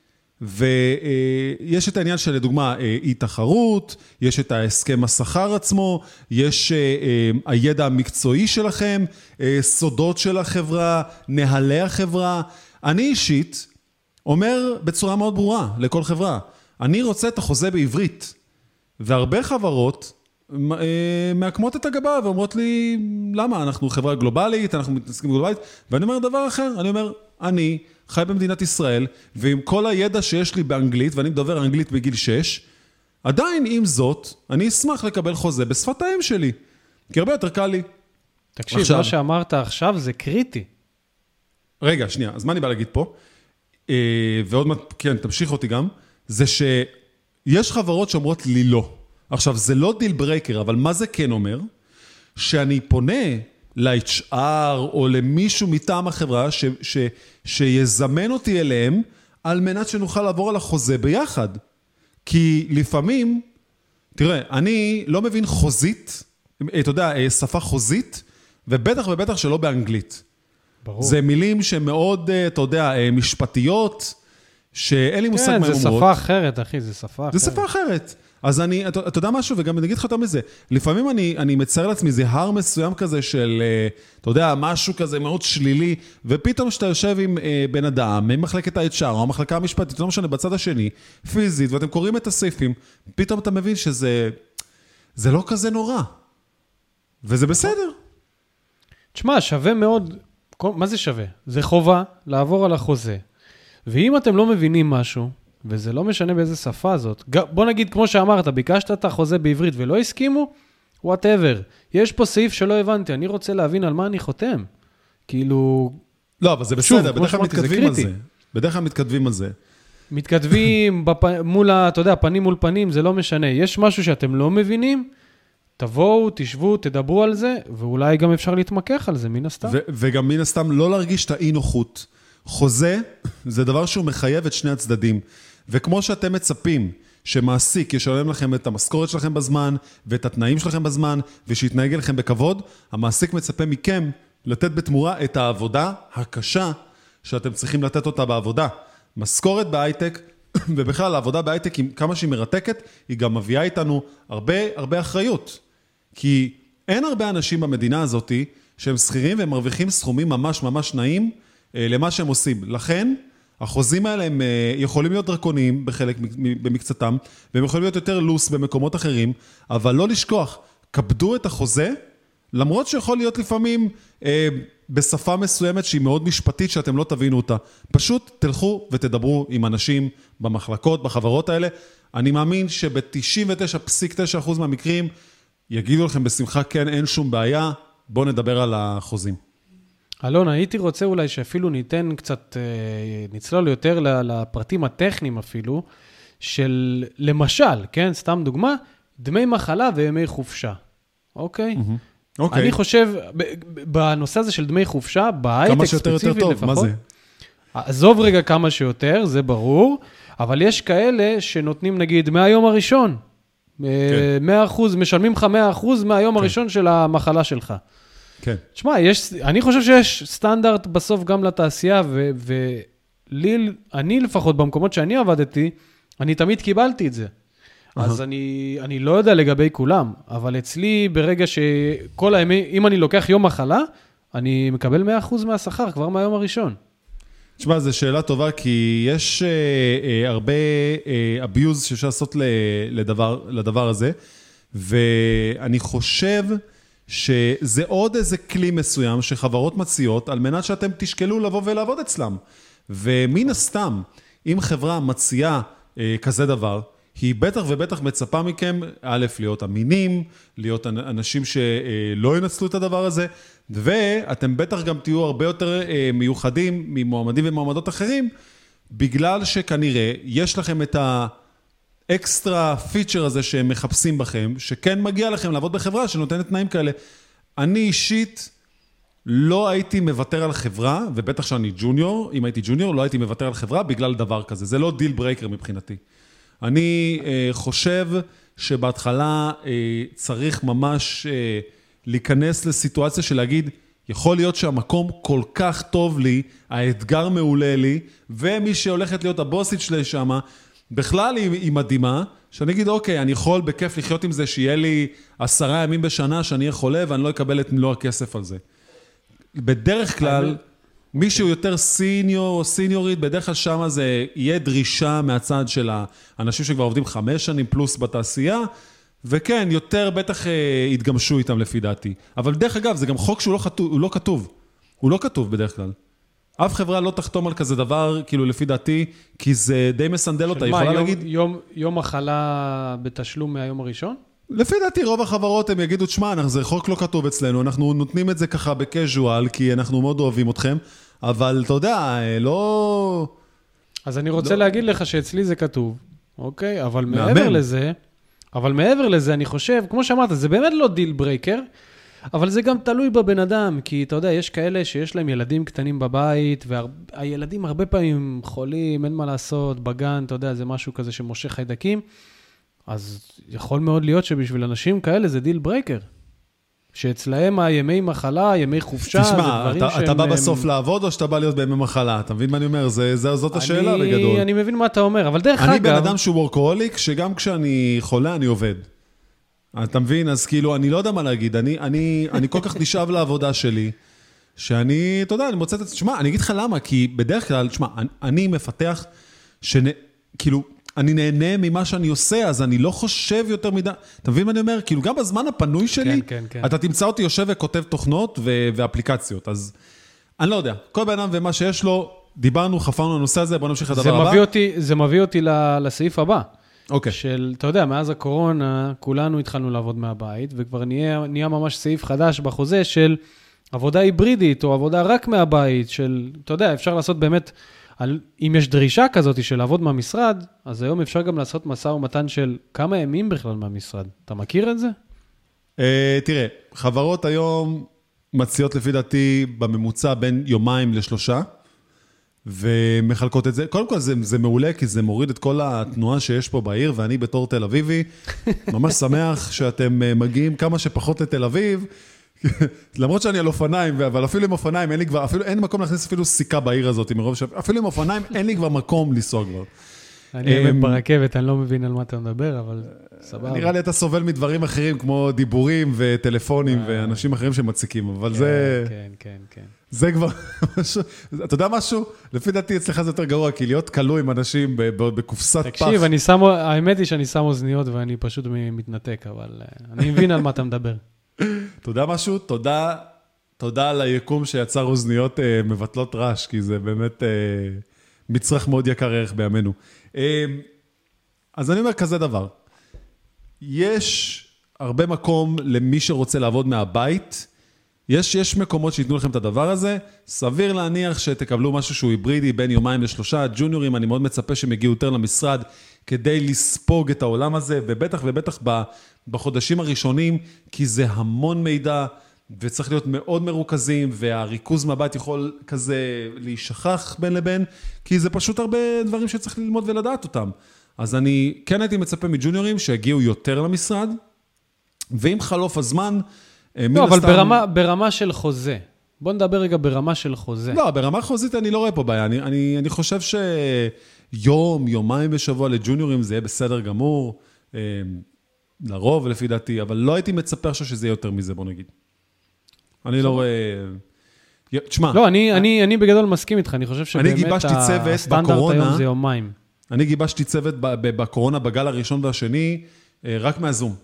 ויש את העניין של, לדוגמה, אי תחרות, יש את ההסכם השכר עצמו, יש הידע המקצועי שלכם, סודות של החברה, נהלי החברה. אני אישית אומר בצורה מאוד ברורה לכל חברה, אני רוצה את החוזה בעברית. והרבה חברות מעקמות את הגבה ואומרות לי, למה? אנחנו חברה גלובלית, אנחנו מתעסקים גלובלית, ואני אומר דבר אחר, אני אומר, אני חי במדינת ישראל, ועם כל הידע שיש לי באנגלית, ואני מדבר אנגלית בגיל שש, עדיין עם זאת, אני אשמח לקבל חוזה בשפת האם שלי, כי הרבה יותר קל לי. תקשיב, עכשיו, מה שאמרת עכשיו זה קריטי. רגע, שנייה, אז מה אני בא להגיד פה? ועוד מעט, כן, תמשיך אותי גם, זה שיש חברות שאומרות לי לא. עכשיו, זה לא דיל ברקר, אבל מה זה כן אומר? שאני פונה ל-אייץ' אר או למישהו מטעם החברה ש, ש, שיזמן אותי אליהם על מנת שנוכל לעבור על החוזה ביחד. כי לפעמים, תראה, אני לא מבין חוזית, אתה יודע, שפה חוזית, ובטח ובטח שלא באנגלית. ברור. זה מילים שמאוד, אתה יודע, משפטיות, שאין לי מושג מה כן, אומרות. זה שפה אחרת, אחי, זה שפה אחרת. זה שפה אחרת. אז אני, אתה, אתה יודע משהו, וגם אני אגיד לך יותר מזה, לפעמים אני, אני מצייר לעצמי, זה הר מסוים כזה של, אתה יודע, משהו כזה מאוד שלילי, ופתאום שאתה יושב עם אה, בן אדם, ממחלקת ה-אייץ' אר, או המחלקה המשפטית, לא משנה, בצד השני, פיזית, ואתם קוראים את הסעיפים, פתאום אתה מבין שזה, זה לא כזה נורא. וזה בסדר. תשמע, שווה מאוד, מה זה שווה? זה חובה לעבור על החוזה. ואם אתם לא מבינים משהו, וזה לא משנה באיזה שפה זאת. בוא נגיד, כמו שאמרת, ביקשת את החוזה בעברית ולא הסכימו, whatever. יש פה סעיף שלא הבנתי, אני רוצה להבין על מה אני חותם. כאילו... לא, אבל זה בסדר, בדרך כלל מתכתבים על זה. בדרך כלל מתכתבים על זה. מתכתבים מול, אתה יודע, פנים מול פנים, זה לא משנה. יש משהו שאתם לא מבינים, תבואו, תשבו, תדברו על זה, ואולי גם אפשר להתמקח על זה, מן הסתם. וגם מן הסתם לא להרגיש את האי נוחות. חוזה זה דבר שהוא מחייב את שני הצדדים. וכמו שאתם מצפים שמעסיק ישלם לכם את המשכורת שלכם בזמן, ואת התנאים שלכם בזמן, ושיתנהג לכם בכבוד, המעסיק מצפה מכם לתת בתמורה את העבודה הקשה שאתם צריכים לתת אותה בעבודה. משכורת בהייטק, ובכלל העבודה בהייטק, כמה שהיא מרתקת, היא גם מביאה איתנו הרבה, הרבה אחריות. כי אין הרבה אנשים במדינה הזאת שהם שכירים והם מרוויחים סכומים ממש ממש נעים למה שהם עושים. לכן, החוזים האלה הם יכולים להיות דרקוניים בחלק, במקצתם, והם יכולים להיות יותר לוס במקומות אחרים, אבל לא לשכוח, כבדו את החוזה למרות שיכול להיות לפעמים אה, בשפה מסוימת שהיא מאוד משפטית, שאתם לא תבינו אותה. פשוט תלכו ותדברו עם אנשים במחלקות, בחברות האלה. אני מאמין שב-תשעים ותשע נקודה תשע אחוז מהמקרים יגידו לכם בשמחה, כן, אין שום בעיה, בואו נדבר על החוזים. אלון, הייתי רוצה אולי שאפילו ניתן קצת, נצלול יותר לפרטים הטכניים אפילו, של למשל, כן, סתם דוגמה, דמי מחלה וימי חופשה. אוקיי? אוקיי. אני חושב, בנושא הזה של דמי חופשה, בהייטק ספציפית לפחות, מה זה? עזוב רגע כמה שיותר, זה ברור, אבל יש כאלה שנותנים נגיד מהיום הראשון, מאה אחוז, משלמים לך מאה אחוז מהיום הראשון של המחלה שלך. כן. תשמע, יש, אני חושב שיש סטנדרט בסוף גם לתעשייה, ולי, אני לפחות במקומות שאני עבדתי, אני תמיד קיבלתי את זה. אז אני, אני לא יודע לגבי כולם, אבל אצלי ברגע שכל הימי, אם אני לוקח יום מחלה, אני מקבל מאה אחוז מהשכר כבר מהיום הראשון. תשמע, זו שאלה טובה, כי יש אה, אה, הרבה אה, abuse שאפשר לעשות לדבר, לדבר הזה, ואני חושב שזה עוד איזה כלי מסוים שחברות מציעות, על מנת שאתם תשקלו לבוא ולעבוד אצלם. ומן הסתם, אם חברה מציעה אה, כזה דבר, היא בטח ובטח מצפה מכם, א', להיות אמינים, להיות אנשים שלא ינצלו את הדבר הזה, ואתם בטח גם תהיו הרבה יותר מיוחדים ממועמדים ומועמדות אחרים, בגלל שכנראה יש לכם את האקסטרה פיצ'ר הזה שהם מחפשים בכם, שכן מגיע לכם לעבוד בחברה שנותנת תנאים כאלה. אני אישית לא הייתי מוותר על חברה, ובטח שאני ג'וניור, אם הייתי ג'וניור, לא הייתי מוותר על חברה בגלל דבר כזה. זה לא דיל ברייקר מבחינתי. אני אה, חושב שבהתחלה אה, צריך ממש אה, להיכנס לסיטואציה של להגיד, יכול להיות שהמקום כל כך טוב לי, האתגר מעולה לי, ומי שהולכת להיות הבוסית שלי שמה, בכלל היא, היא מדהימה, שאני אגיד, אוקיי, אני יכול בכיף לחיות עם זה, שיהיה לי עשרה ימים בשנה שאני אהיה חולה, ואני לא אקבל את מלוא הכסף על זה. בדרך כלל, מישהו יותר סיניור או סיניורית, בדרך כלל שמה זה יהיה דרישה מהצד של האנשים שכבר עובדים חמש שנים פלוס בתעשייה, וכן, יותר בטח התגמשו איתם לפי דעתי. אבל דרך אגב, זה גם חוק שהוא לא כתוב, הוא לא כתוב. הוא לא כתוב בדרך כלל. אף חברה לא תחתום על כזה דבר, כאילו לפי דעתי, כי זה די מסנדל אותה. מה, יום, להגיד... יום, יום מחלה בתשלום מהיום הראשון? לפי דעתי, רוב החברות הם יגידו, תשמע, זה חוק לא כתוב אצלנו, אנחנו נותנים את זה ככה בקז'ואל, כי אנחנו מאוד אוהבים אתכם, אבל אתה יודע, לא... אז אני רוצה לא... להגיד לך שאצלי זה כתוב, אוקיי? אבל מעבר לזה, אבל מעבר לזה, אני חושב, כמו שאמרת, זה באמת לא דיל ברייקר, אבל זה גם תלוי בבן אדם, כי אתה יודע, יש כאלה שיש להם ילדים קטנים בבית, והילדים הרבה פעמים חולים, אין מה לעשות, בגן, אתה יודע, זה משהו כזה שמושך חיידקים, אז יכול מאוד להיות שבשביל אנשים כאלה זה דיל ברייקר. שאצלהם הימי מחלה, ימי חופשה, תשמע, זה דברים אתה, שהם... אתה בא בסוף לעבוד או שאתה בא להיות בימי מחלה? אתה מבין מה אני אומר? זה, זה, זאת השאלה אני, בגדול. אני מבין מה אתה אומר, אבל דרך אני אגב... אני בן אדם שהוא וורקהוליק, שגם כשאני חולה אני עובד. אתה מבין? אז כאילו, אני לא יודע מה להגיד. אני, אני, אני כל כך נשאב לעבודה שלי, שאני, אתה יודע, אני מוצא את זה... תשמע, אני אגיד לך למה, כי בדרך כלל, תשמע, אני, אני מפתח, שנ... כאילו... אני נהנה ממה שאני עושה, אז אני לא חושב יותר מדי. אתה מבין מה אני אומר? כאילו, גם בזמן הפנוי שלי, כן, כן, כן. אתה תמצא אותי יושב וכותב תוכנות ו- ואפליקציות. אז אני לא יודע. כל בן אדם ומה שיש לו, דיברנו, חפרנו לנושא הזה, בוא נמשיך לדבר הבא. מביא אותי, זה מביא אותי לסעיף הבא. אוקיי. של, אתה יודע, מאז הקורונה, כולנו התחלנו לעבוד מהבית, וכבר נהיה, נהיה ממש סעיף חדש בחוזה של עבודה היברידית, או עבודה רק מהבית, של, אתה יודע, אפשר לעשות באמת... על, אם יש דרישה כזאת של לעבוד מהמשרד, אז היום אפשר גם לעשות מסע ומתן של כמה ימים בכלל מהמשרד. אתה מכיר את זה? Uh, תראה, חברות היום מציעות לפי דעתי בממוצע בין יומיים לשלושה, ומחלקות את זה. קודם כל זה, זה מעולה, כי זה מוריד את כל התנועה שיש פה בעיר, ואני בתור תל אביבי, ממש שמח שאתם מגיעים כמה שפחות לתל אביב, למרות שאני על אופניים, אבל אפילו עם אופניים אין לי כבר, אפילו אין מקום להכניס אפילו סיכה בעיר הזאת, מרוב ש... אפילו עם אופניים אין לי כבר מקום לנסוע כבר. אני עומד ברכבת, אני לא מבין על מה אתה מדבר, אבל סבבה. נראה לי אתה סובל מדברים אחרים, כמו דיבורים וטלפונים ואנשים אחרים שמציקים, אבל זה... כן, כן, כן. זה כבר... אתה יודע משהו? לפי דעתי אצלך זה יותר גרוע, כי להיות קלו עם אנשים בקופסת פח. תקשיב, האמת היא שאני שם אוזניות ואני פשוט מתנתק, אבל אני מבין על מה אתה מדבר. אתה יודע משהו? תודה, תודה על היקום שיצר אוזניות אה, מבטלות רעש, כי זה באמת אה, מצרך מאוד יקר ערך בימינו. אה, אז אני אומר כזה דבר. יש הרבה מקום למי שרוצה לעבוד מהבית, יש, יש מקומות שיתנו לכם את הדבר הזה, סביר להניח שתקבלו משהו שהוא היברידי בין יומיים לשלושה, ג'וניורים, אני מאוד מצפה שהם יגיעו יותר למשרד כדי לספוג את העולם הזה, ובטח ובטח בחודשים הראשונים, כי זה המון מידע, וצריך להיות מאוד מרוכזים, והריכוז מהבית יכול כזה להישכח בין לבין, כי זה פשוט הרבה דברים שצריך ללמוד ולדעת אותם. אז אני כן הייתי מצפה מג'וניורים שהגיעו יותר למשרד, ואם חלוף הזמן, לא, אבל ברמה, ברמה של חוזה. בוא נדבר רגע ברמה של חוזה. לא, ברמה חוזית אני לא רואה פה בעיה. אני, אני, אני חושב שיום, יומיים בשבוע לג'וניורים זה יהיה בסדר גמור, לרוב לפי דעתי, אבל לא הייתי מצפה עכשיו שזה יהיה יותר מזה, בוא נגיד. אני לא רואה... תשמע... לא, אני, אני, אני בגדול מסכים איתך, אני חושב שבאמת הסטנדרט היום זה יומיים. אני גיבשתי צוות בקורונה בגל הראשון והשני, רק מהזום.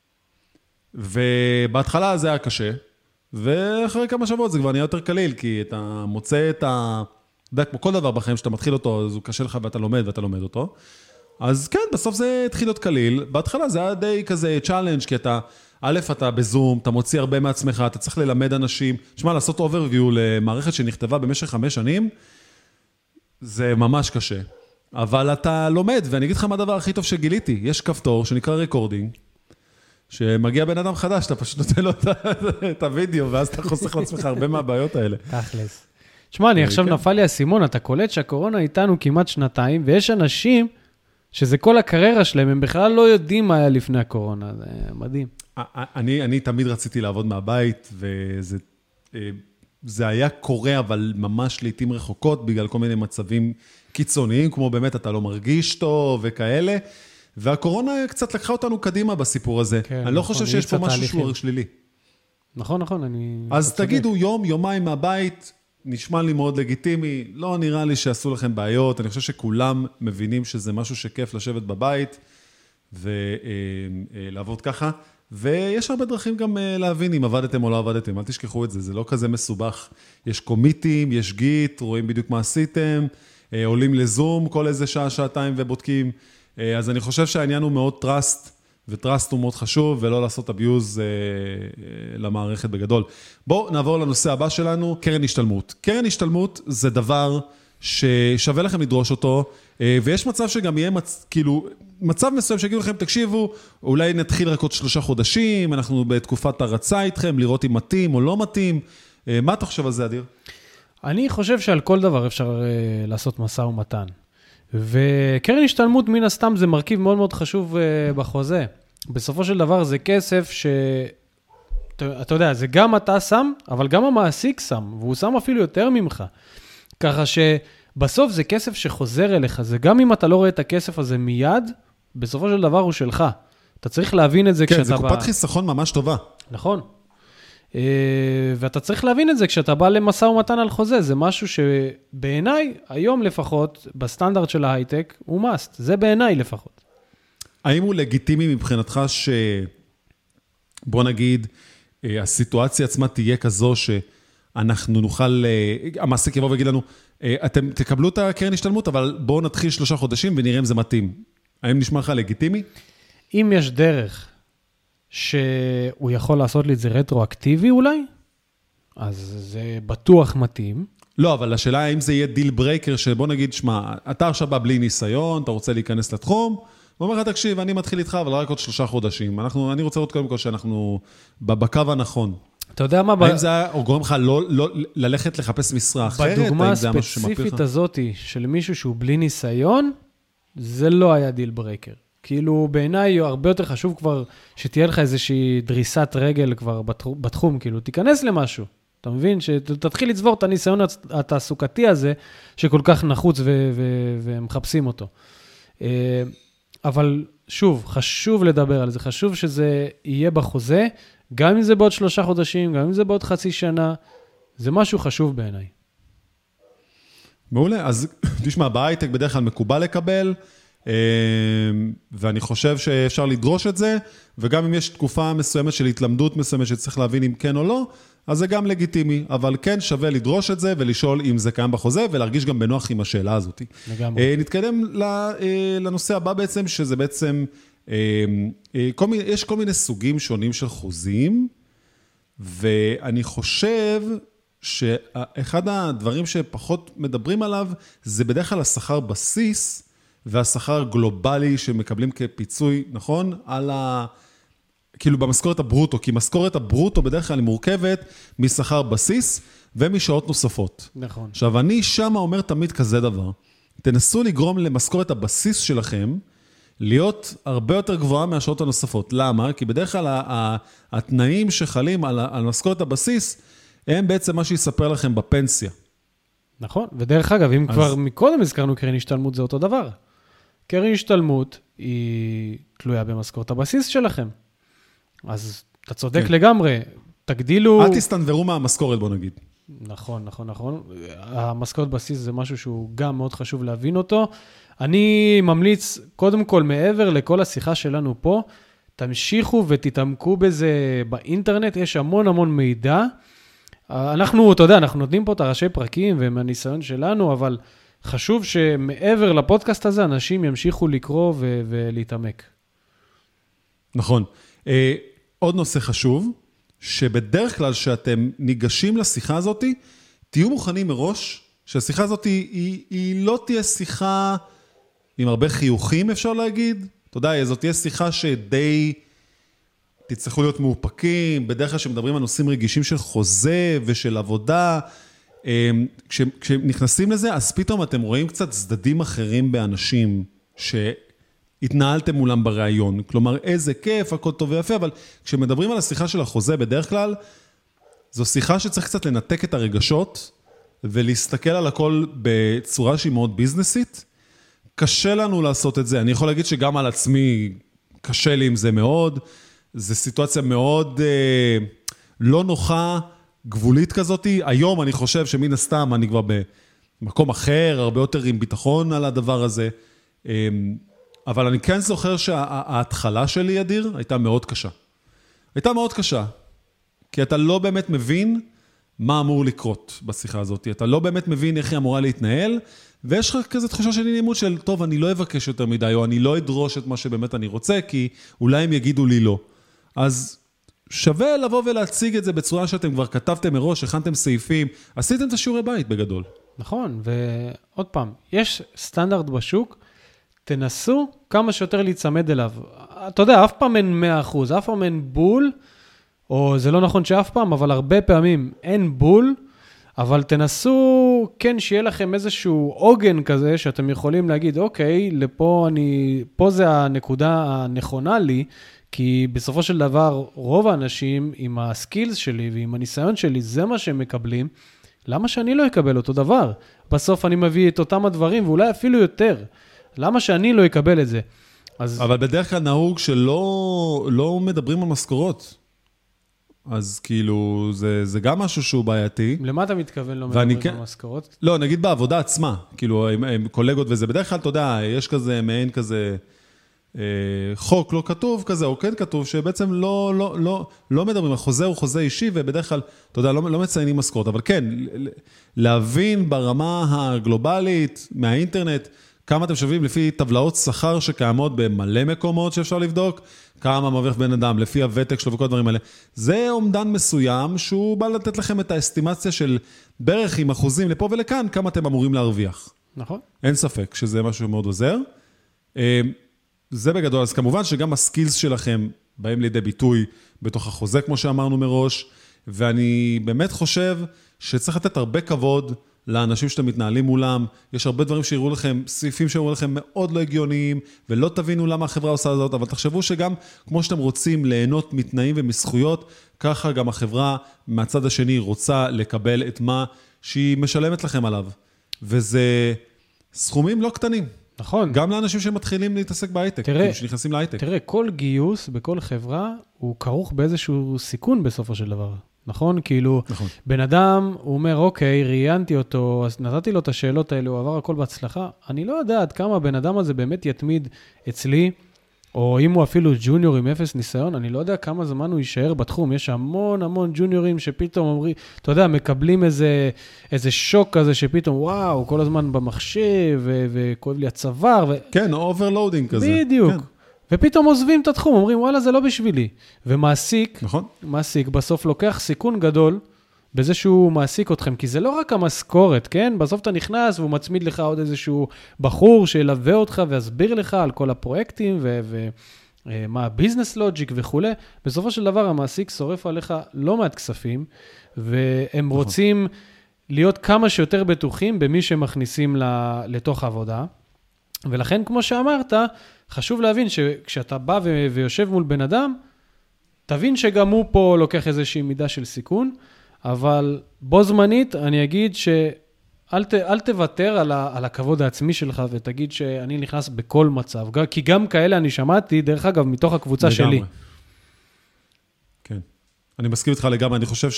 ובהתחלה זה היה קשה, ואחרי כמה שבועות זה כבר נהיה יותר קליל, כי אתה מוצא את ה... אתה יודע, כמו כל דבר בחיים שאתה מתחיל אותו, אז הוא קשה לך ואתה לומד ואתה לומד אותו. אז כן, בסוף זה התחיל להיות קליל. בהתחלה זה היה די כזה צ'אלנג', כי אתה, א', אתה בזום, אתה מוציא הרבה מעצמך, אתה צריך ללמד אנשים. תשמע, לעשות אוברוויו למערכת שנכתבה במשך חמש שנים, זה ממש קשה. אבל אתה לומד, ואני אגיד לך מה הדבר הכי טוב שגיליתי. יש כפתור שנקרא רקורדינג, שמגיע בן אדם חדש, אתה פשוט נותן לו את הוידאו, ואז אתה חוסך לעצמך הרבה מהבעיות האלה. תכלס. תשמע, אני עכשיו נפל לי הסימון, אתה קולט שהקורונה איתנו כמעט שנתיים, ויש אנשים שזה כל הקריירה שלהם, הם בכלל לא יודעים מה היה לפני הקורונה, זה מדהים. אני, אני תמיד רציתי לעבוד מהבית, וזה זה היה קורה, אבל ממש לעתים רחוקות, בגלל כל מיני מצבים קיצוניים, כמו באמת אתה לא מרגיש טוב וכאלה, והקורונה קצת לקחה אותנו קדימה בסיפור הזה. כן, אני לא נכון, חושב שיש פה משהו שהוא שלילי. נכון, נכון, אני... אז תגידו יום, יומיים מהבית, נשמע לי מאוד לגיטימי, לא נראה לי שעשו לכם בעיות, אני חושב שכולם מבינים שזה משהו שכיף לשבת בבית, ולעבוד ככה, ויש הרבה דרכים גם להבין אם עבדתם או לא עבדתם, אל תשכחו את זה, זה לא כזה מסובך. יש קומיטים, יש גיט, רואים בדיוק מה עשיתם, עולים לזום כל איזה שעה, שעתיים ובודקים, אז אני חושב שהעניין הוא מאוד טראסט, וטראסט הוא מאוד חשוב, ולא לעשות אביוז למערכת בגדול. בואו נעבור לנושא הבא שלנו, קרן השתלמות. קרן השתלמות זה דבר ששווה לכם לדרוש אותו, ויש מצב שגם יהיה מצ... כאילו, מצב מסוים שיגידו לכם, תקשיבו, אולי נתחיל רק עוד שלושה חודשים, אנחנו בתקופת הרצה איתכם, לראות אם מתאים או לא מתאים. מה אתה חושב על זה, אדיר? אני חושב שעל כל דבר אפשר לעשות משא ומתן. וקרן השתלמות מן הסתם זה מרכיב מאוד מאוד חשוב בחוזה. בסופו של דבר זה כסף ש... אתה יודע, זה גם אתה שם, אבל גם המעסיק שם, והוא שם אפילו יותר ממך. ככה שבסוף זה כסף שחוזר אליך, זה גם אם אתה לא רואה את הכסף הזה מיד, בסופו של דבר הוא שלך. אתה צריך להבין את זה כן, כשאתה... כן, זה קופת בא... חיסכון ממש טובה. נכון. ואתה צריך להבין את זה כשאתה בא למשא ומתן על חוזה, זה משהו שבעיניי, היום לפחות, בסטנדרט של ההייטק, הוא must, זה בעיניי לפחות. האם הוא לגיטימי מבחינתך ש... בוא נגיד, הסיטואציה עצמה תהיה כזו שאנחנו נוכל, המעסיק יבוא ויגיד לנו, אתם תקבלו את הקרן השתלמות, אבל בואו נתחיל שלושה חודשים ונראה אם זה מתאים. האם נשמע לך לגיטימי? אם יש דרך שהוא יכול לעשות לי את זה רטרואקטיבי אולי, אז זה בטוח מתאים. לא, אבל השאלה האם זה יהיה דיל ברייקר, שבוא נגיד, שמה, אתה עכשיו בא בלי ניסיון, אתה רוצה להיכנס לתחום, הוא אומר לך, תקשיב, אני מתחיל איתך, אבל רק עוד שלושה חודשים. אנחנו, אני רוצה לראות קודם כל שאנחנו בקו הנכון. אתה יודע מה? האם זה היה, או גורם לך לא, לא, ללכת לחפש משרה אחרת? בדוגמה הספציפית הזאת של מישהו שהוא בלי ניסיון, זה לא היה דיל ברייקר. כאילו, בעיניי הרבה יותר חשוב כבר שתהיה לך איזושהי דריסת רגל כבר בתחום, כאילו, תיכנס למשהו. אתה מבין? שתתחיל לצבור את הניסיון התעסוקתי הזה, שכל כך נחוץ ו- ו- ומחפשים אותו. אבל שוב, חשוב לדבר על זה, חשוב שזה יהיה בחוזה, גם אם זה בעוד שלושה חודשים, גם אם זה בעוד חצי שנה, זה משהו חשוב בעיניי. מעולה, אז תשמע, בהייטק בדרך כלל מקובל לקבל, ואני חושב שאפשר לדרוש את זה, וגם אם יש תקופה מסוימת של התלמדות מסוימת שצריך להבין אם כן או לא, אז זה גם לגיטימי, אבל כן שווה לדרוש את זה ולשאול אם זה קיים בחוזה, ולהרגיש גם בנוח עם השאלה הזאת. לגמרי. נתקדם לנושא הבא בעצם, שזה בעצם, יש כל מיני סוגים שונים של חוזים, ואני חושב שאחד הדברים שפחות מדברים עליו, זה בדרך כלל השכר בסיס, והשכר הגלובלי שמקבלים כפיצוי, נכון? על ה... כאילו במשכורת הברוטו, כי משכורת הברוטו בדרך כלל היא מורכבת משכר בסיס ומשעות נוספות. נכון. עכשיו, אני שם אומר תמיד כזה דבר. תנסו לגרום למשכורת הבסיס שלכם להיות הרבה יותר גבוהה מהשעות הנוספות. למה? כי בדרך כלל התנאים שחלים על משכורת הבסיס, הם בעצם מה שיספר לכם בפנסיה. נכון, ודרך אגב, אם אז... כבר מקודם הזכרנו קרן השתלמות, זה אותו דבר. קרן השתלמות היא תלויה במשכורת הבסיס שלכם. אז אתה צודק כן. לגמרי, תגדילו... אל תסתנוורו מהמשכורת, בוא נגיד. נכון, נכון, נכון. המשכורת בסיס זה משהו שהוא גם מאוד חשוב להבין אותו. אני ממליץ, קודם כל, מעבר לכל השיחה שלנו פה, תמשיכו ותתעמקו בזה באינטרנט, יש המון המון מידע. אנחנו, אתה יודע, אנחנו נותנים פה את הראשי פרקים ומהניסיון שלנו, אבל חשוב שמעבר לפודקאסט הזה, אנשים ימשיכו לקרוא ו- ולהתעמק. נכון. אה, עוד נושא חשוב, שבדרך כלל שאתם ניגשים לשיחה הזאת, תהיו מוכנים מראש, שהשיחה הזאת היא, היא, היא לא תהיה שיחה עם הרבה חיוכים, אפשר להגיד. אתה יודע, זאת תהיה שיחה שדי תצטרכו להיות מאופקים, בדרך כלל שמדברים על נושאים רגישים של חוזה ושל עבודה, כש, כשנכנסים לזה, אז פתאום אתם רואים קצת צדדים אחרים באנשים שהתנהלתם מולם ברעיון. כלומר, איזה כיף, הכל טוב ויפה, אבל כשמדברים על השיחה של החוזה, בדרך כלל, זו שיחה שצריך קצת לנתק את הרגשות, ולהסתכל על הכל בצורה שהיא מאוד ביזנסית. קשה לנו לעשות את זה. אני יכול להגיד שגם על עצמי קשה לי עם זה מאוד. זו סיטואציה מאוד אה, לא נוחה, גבולית כזאת. היום אני חושב שמן הסתם אני כבר במקום אחר, הרבה יותר עם ביטחון על הדבר הזה. אה, אבל אני כן זוכר שההתחלה שלי, ידיר, הייתה מאוד קשה. הייתה מאוד קשה. כי אתה לא באמת מבין מה אמור לקרות בשיחה הזאת. אתה לא באמת מבין איך היא אמורה להתנהל, ויש לך כזה תחושה של נעימות של, טוב, אני לא אבקש יותר מדי, או אני לא אדרוש את מה שבאמת אני רוצה, כי אולי הם יגידו לי לא. אז שווה לבוא ולהציג את זה בצורה שאתם כבר כתבתם מראש, הכנתם סעיפים, עשיתם את השיעורי בית בגדול. נכון, ועוד פעם, יש סטנדרט בשוק, תנסו כמה שיותר להצמד אליו. אתה יודע, אף פעם אין מאה אחוז, אף פעם אין בול, או זה לא נכון שאף פעם, אבל הרבה פעמים אין בול, אבל תנסו, כן, שיהיה לכם איזשהו עוגן כזה, שאתם יכולים להגיד, אוקיי, לפה אני, פה זה הנקודה הנכונה לי, כי בסופו של דבר, רוב האנשים עם הסקילס שלי ועם הניסיון שלי, זה מה שהם מקבלים, למה שאני לא אקבל אותו דבר? בסוף אני מביא את אותם הדברים, ואולי אפילו יותר. למה שאני לא אקבל את זה? אז... אבל בדרך כלל נהוג שלא לא מדברים על משכורות. אז כאילו, זה, זה גם משהו שהוא בעייתי. למה אתה מתכוון לא מדברים על משכורות? לא, נגיד בעבודה עצמה, כאילו, עם, עם קולגות וזה. בדרך כלל, אתה יודע, יש כזה, מעין כזה, אה, חוק לא כתוב כזה, או כן כתוב, שבעצם לא, לא, לא, לא מדברים. החוזה הוא חוזה אישי, ובדרך כלל, אתה יודע, לא, לא מציינים משכורות. אבל כן, להבין ברמה הגלובלית, מהאינטרנט, כמה אתם שווים לפי טבלאות שכר שקיימות במלא מקומות שאפשר לבדוק, כמה מרוויח בן אדם, לפי הוותק שלו וכל הדברים האלה. זה אומדן מסוים שהוא בא לתת לכם את האסטימציה של בערך עם אחוזים לפה ולכאן, כמה אתם אמורים להרוויח. נכון. אין ספק שזה משהו מאוד עוזר. זה בגדול, אז כמובן שגם הסקילס שלכם באים לידי ביטוי בתוך החוזה, כמו שאמרנו מראש, ואני באמת חושב שצריך לתת הרבה כבוד לאנשים שאתם מתנהלים מולם, יש הרבה דברים שיראו לכם, סעיפים שיראו לכם מאוד לא הגיוניים, ולא תבינו למה החברה עושה זאת, אבל תחשבו שגם כמו שאתם רוצים ליהנות מתנאים ומזכויות, ככה גם החברה מהצד השני רוצה לקבל את מה שהיא משלמת לכם עליו. וזה סכומים לא קטנים. נכון. גם לאנשים שמתחילים להתעסק בהייטק, תראה, שנכנסים להייטק. תראה, כל גיוס בכל חברה הוא כרוך באיזשהו סיכון בסופו של דבר. נכון? כאילו, נכון. בן אדם, הוא אומר, אוקיי, ראיינתי אותו, אז נתתי לו את השאלות האלה, הוא עבר הכל בהצלחה. אני לא יודע עד כמה הבן אדם הזה באמת יתמיד אצלי, או אם הוא אפילו ג'וניור עם אפס ניסיון, אני לא יודע כמה זמן הוא יישאר בתחום. יש המון המון ג'וניורים שפתאום אומרים, אתה יודע, מקבלים איזה, איזה שוק כזה שפתאום, וואו, כל הזמן במחשב, ו- וכואב לי הצוואר. ו... כן, אוברלואודינג כזה. בדיוק. כן. ופתאום עוזבים את התחום, אומרים, וואלה, זה לא בשבילי. ומעסיק, נכון. מעסיק, בסוף לוקח סיכון גדול, בזה שהוא מעסיק אתכם, כי זה לא רק המשכורת, כן? בסוף אתה נכנס והוא מצמיד לך עוד איזשהו בחור שילווה אותך ויסביר לך על כל הפרויקטים ומה הביזנס לוג'יק וכו'. בסופו של דבר המעסיק שורף עליך לא מעט כספים, והם רוצים להיות כמה שיותר בטוחים במי שמכניסים לתוך העבודה. ולכן, כמו שאמרת, חשוב להבין שכשאתה בא ויושב מול בן אדם, תבין שגם הוא פה לוקח איזושהי מידה של סיכון, אבל בו זמנית אני אגיד שאל ת, אל תוותר על, ה, על הכבוד העצמי שלך, ותגיד שאני נכנס בכל מצב, כי גם כאלה אני שמעתי, דרך אגב, מתוך הקבוצה לגמרי. שלי. כן, אני מסכים איתך לגמרי, אני חושב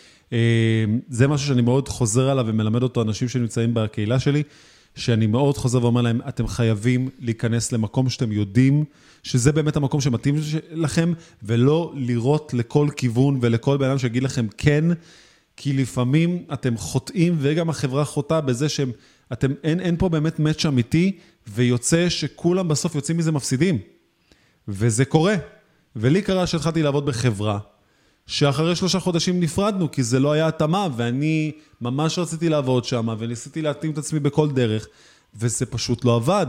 שזה משהו שאני מאוד חוזר עליו, ומלמד אותו אנשים שנמצאים בקהילה שלי, שאני מאוד חוזר ואומר להם, אתם חייבים להיכנס למקום שאתם יודעים, שזה באמת המקום שמתאים לכם, ולא לראות לכל כיוון ולכל בן אדם שיגיד לכם כן, כי לפעמים אתם חוטאים, וגם החברה חוטאה בזה שאתם, אין, אין פה באמת מאץ' אמיתי, ויוצא שכולם בסוף יוצאים מזה מפסידים. וזה קורה. ולי קרה שהתחלתי לעבוד בחברה, שאחרי שלושה חודשים נפרדנו, כי זה לא היה התאמה, ואני ממש רציתי לעבוד שם, וניסיתי להתאים את עצמי בכל דרך, וזה פשוט לא עבד.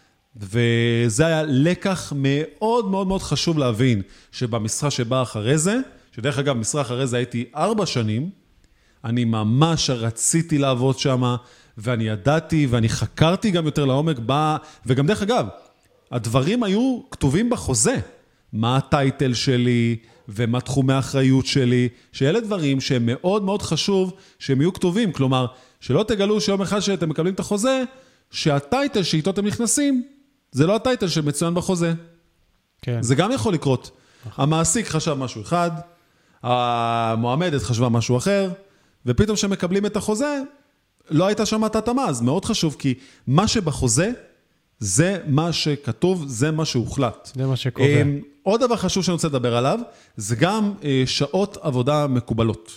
וזה היה לקח מאוד מאוד מאוד חשוב להבין, שבמשרה שבאה אחרי זה, שדרך אגב, משרה אחרי זה הייתי ארבע שנים, אני ממש רציתי לעבוד שם, ואני ידעתי, ואני חקרתי גם יותר לעומק, בא, וגם דרך אגב, הדברים היו כתובים בחוזה, מה הטייטל שלי, ומה תחומי האחריות שלי, שאלה דברים שהם מאוד מאוד חשוב שהם יהיו כתובים, כלומר, שלא תגלו שיום אחד שאתם מקבלים את החוזה, שהטייטל שאיתו אתם נכנסים, זה לא הטייטל שמצוין בחוזה. כן. זה גם יכול לקרות. המעסיק חשב משהו אחד, המועמדת חשבה משהו אחר, ופתאום שמקבלים את החוזה, לא הייתה שם את התאמה, אז מאוד חשוב, כי מה שבחוזה, זה מה שכתוב, זה מה שהוחלט. זה מה שקובע. עוד דבר חשוב שאני רוצה לדבר עליו, זה גם שעות עבודה מקובלות.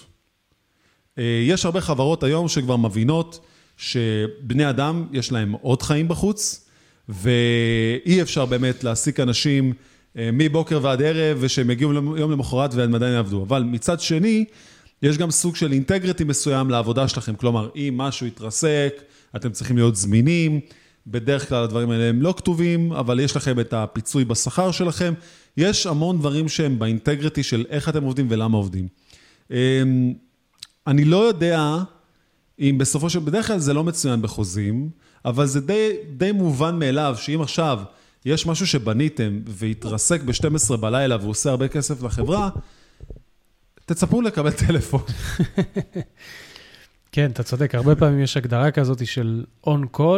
יש הרבה חברות היום שכבר מבינות שבני אדם יש להם עוד חיים בחוץ, ואי אפשר באמת להעסיק אנשים מבוקר ועד ערב, ושהם יגיעו יום למחרת והם עדיין יעבדו. אבל מצד שני, יש גם סוג של אינטגריטי מסוים לעבודה שלכם. כלומר, אם משהו יתרסק, אתם צריכים להיות זמינים, בדרך כלל הדברים האלה הם לא כתובים, אבל יש לכם את הפיצוי בשכר שלכם. יש המון דברים שהם באינטגריטי של איך אתם עובדים ולמה עובדים. אני לא יודע אם בסופו של... בדרך כלל זה לא מצוין בחוזים, אבל זה די, די מובן מאליו, שאם עכשיו יש משהו שבניתם והתרסק ב-שתים עשרה בלילה ועושה הרבה כסף לחברה, תצפו לקבל טלפון. כן, אתה צודק. הרבה פעמים יש הגדרה כזאת של on-call,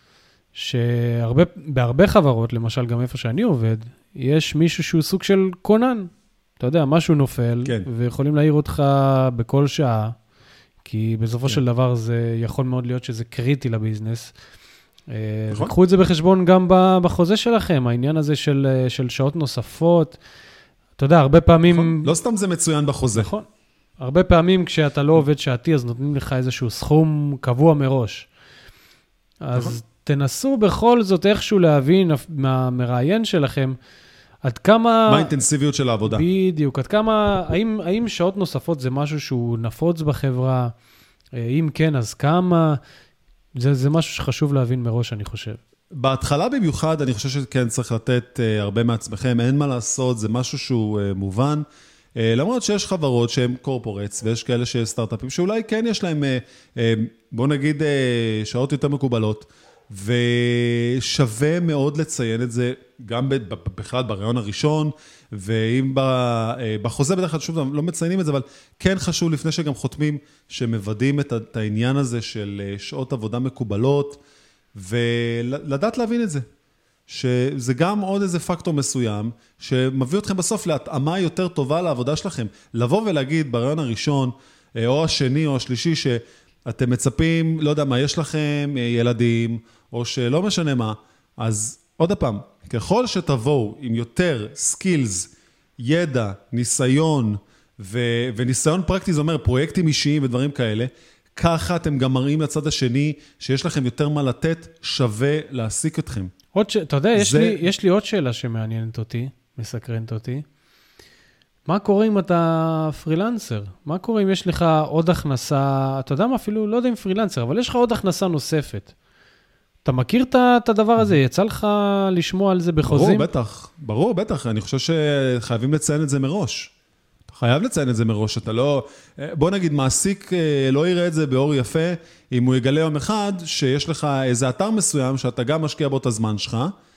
שבהרבה חברות, למשל גם איפה שאני עובד, יש מישהו שהוא סוג של קונן. אתה יודע, משהו נופל, כן. ויכולים להעיר אותך בכל שעה, כי בסופו כן. של דבר זה יכול מאוד להיות שזה קריטי לביזנס. נכון. קחו את זה בחשבון גם בחוזה שלכם, העניין הזה של, של שעות נוספות. אתה יודע, הרבה פעמים... נכון. לא סתם זה מצוין בחוזה. נכון. הרבה פעמים כשאתה לא עובד שעתי, אז נותנים לך איזשהו סכום קבוע מראש. אז נכון. תנסו בכל זאת איכשהו להבין מהמראיין שלכם, עד כמה... מה האינטנסיביות של העבודה? בדיוק, עד כמה... האם, האם שעות נוספות זה משהו שהוא נפוץ בחברה? אם כן, אז כמה... זה, זה משהו שחשוב להבין מראש, אני חושב. בהתחלה במיוחד, אני חושב שכן צריך לתת uh, הרבה מעצמכם, אין מה לעשות, זה משהו שהוא uh, מובן. Uh, למרות שיש חברות שהן קורפורטס, ויש כאלה שיש סטארט-אפים, שאולי כן יש להם, uh, uh, בוא נגיד, uh, שעות יותר מקובלות, ושווה מאוד לציין את זה, גם בכלל ברעיון הראשון, ואם בחוזה בדרך כלל, שוב, לא מציינים את זה, אבל כן חשוב לפני שגם חותמים, שמוודאים את העניין הזה של שעות עבודה מקובלות, ולדעת להבין את זה. שזה גם עוד איזה פקטור מסוים, שמביא אתכם בסוף להתאמה יותר טובה לעבודה שלכם. לבוא ולהגיד ברעיון הראשון, או השני או השלישי, שאתם מצפים, לא יודע מה, יש לכם ילדים, או שלא משנה מה, אז עוד הפעם, ככל שתבואו עם יותר סקילס, ידע, ניסיון, ו- וניסיון פרקטי, זה אומר פרויקטים אישיים ודברים כאלה, ככה אתם גם מראים לצד השני, שיש לכם יותר מה לתת, שווה להעסיק אתכם. עוד ש... אתה יודע, יש, זה... לי, יש לי עוד שאלה שמעניינת אותי, מסקרנת אותי. מה קורה אם אתה פרילנסר? מה קורה אם יש לך עוד הכנסה, אתה יודע מה, אפילו לא יודע אם פרילנסר, אבל יש לך עוד הכנסה נוספת. אתה מכיר את הדבר הזה? יצא לך לשמוע על זה בחוזים? ברור, בטח. ברור, בטח. אני חושב שחייבים לציין את זה מראש. אתה חייב לציין את זה מראש. אתה לא... בוא נגיד, מעסיק לא יראה את זה באור יפה, אם הוא יגלה יום אחד שיש לך איזה אתר מסוים שאתה גם משקיע בו את הזמן שלך,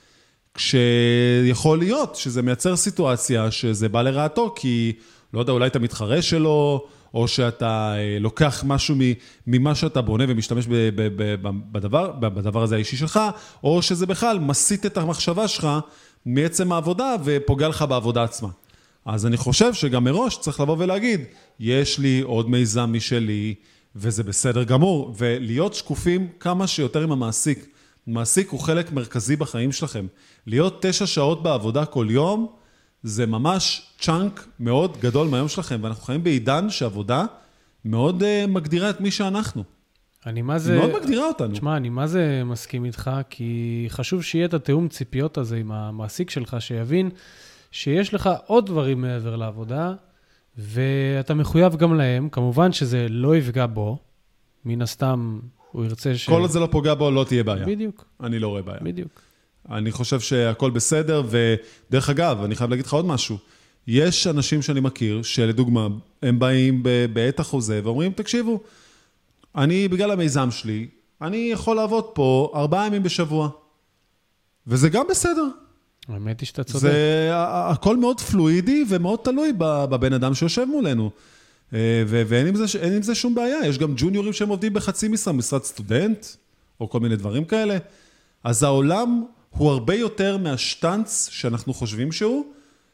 כשיכול להיות שזה מייצר סיטואציה שזה בא לרעתו, כי לא יודע, אולי אתה מתחרה שלו, או שאתה לוקח משהו ממה שאתה בונה ומשתמש בדבר, בדבר הזה האישי שלך, או שזה בכלל מסית את המחשבה שלך מעצם העבודה ופוגע לך בעבודה עצמה. אז אני חושב שגם מראש צריך לבוא ולהגיד, יש לי עוד מיזם משלי, וזה בסדר גמור, ולהיות שקופים כמה שיותר עם המעסיק. מעסיק הוא חלק מרכזי בחיים שלכם. להיות תשע שעות בעבודה כל יום, זה ממש צ'אנק מאוד גדול מהיום שלכם, ואנחנו חיים בעידן שעבודה מאוד uh, מגדירה את מי שאנחנו. אני מה זה... היא מאוד מגדירה אותנו. תשמע, אני מה זה מסכים איתך, כי חשוב שיהיה את התאום ציפיות הזה עם המעסיק שלך, שיבין שיש לך עוד דברים מעבר לעבודה, ואתה מחויב גם להם, כמובן שזה לא יפגע בו, מן הסתם הוא ירצה ש... כל עוד זה לא פוגע בו, לא תהיה בעיה. בדיוק. אני לא רואה בעיה. בדיוק. אני חושב שהכל בסדר, ודרך אגב, אני חייב להגיד לך עוד משהו. יש אנשים שאני מכיר, שלדוגמה, הם באים בעת החוזה, ואומרים, תקשיבו, אני, בגלל המיזם שלי, אני יכול לעבוד פה ארבעה ימים בשבוע. וזה גם בסדר. האמת היא שאתה צודק. זה הכל מאוד פלואידי, ומאוד תלוי בבן אדם שיושב מולנו. ואין עם זה, אין עם זה שום בעיה. יש גם ג'וניורים שהם עובדים בחצי משרה, משרד סטודנט, או כל מיני דברים כאלה. אז העולם הוא הרבה יותר מהשטנץ שאנחנו חושבים שהוא,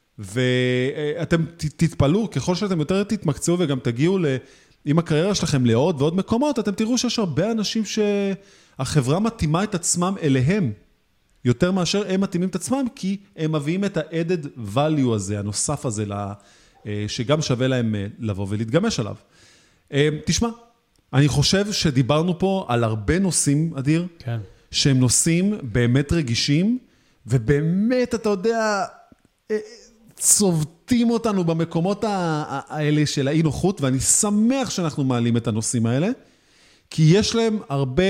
ואתם תתפלו, ככל שאתם יותר תתמקצעו וגם תגיעו עם הקריירה שלכם לעוד ועוד מקומות, אתם תראו שיש הרבה אנשים שהחברה מתאימה את עצמם אליהם, יותר מאשר הם מתאימים את עצמם, כי הם מביאים את ה-added value הזה, הנוסף הזה, שגם שווה להם לבוא ולהתגמש עליו. תשמע, אני חושב שדיברנו פה על הרבה נושאים, אדיר, כן. שהם נושאים באמת רגישים, ובאמת, אתה יודע, צובטים אותנו במקומות האלה של האי-נוחות, ואני שמח שאנחנו מעלים את הנושאים האלה, כי יש להם הרבה,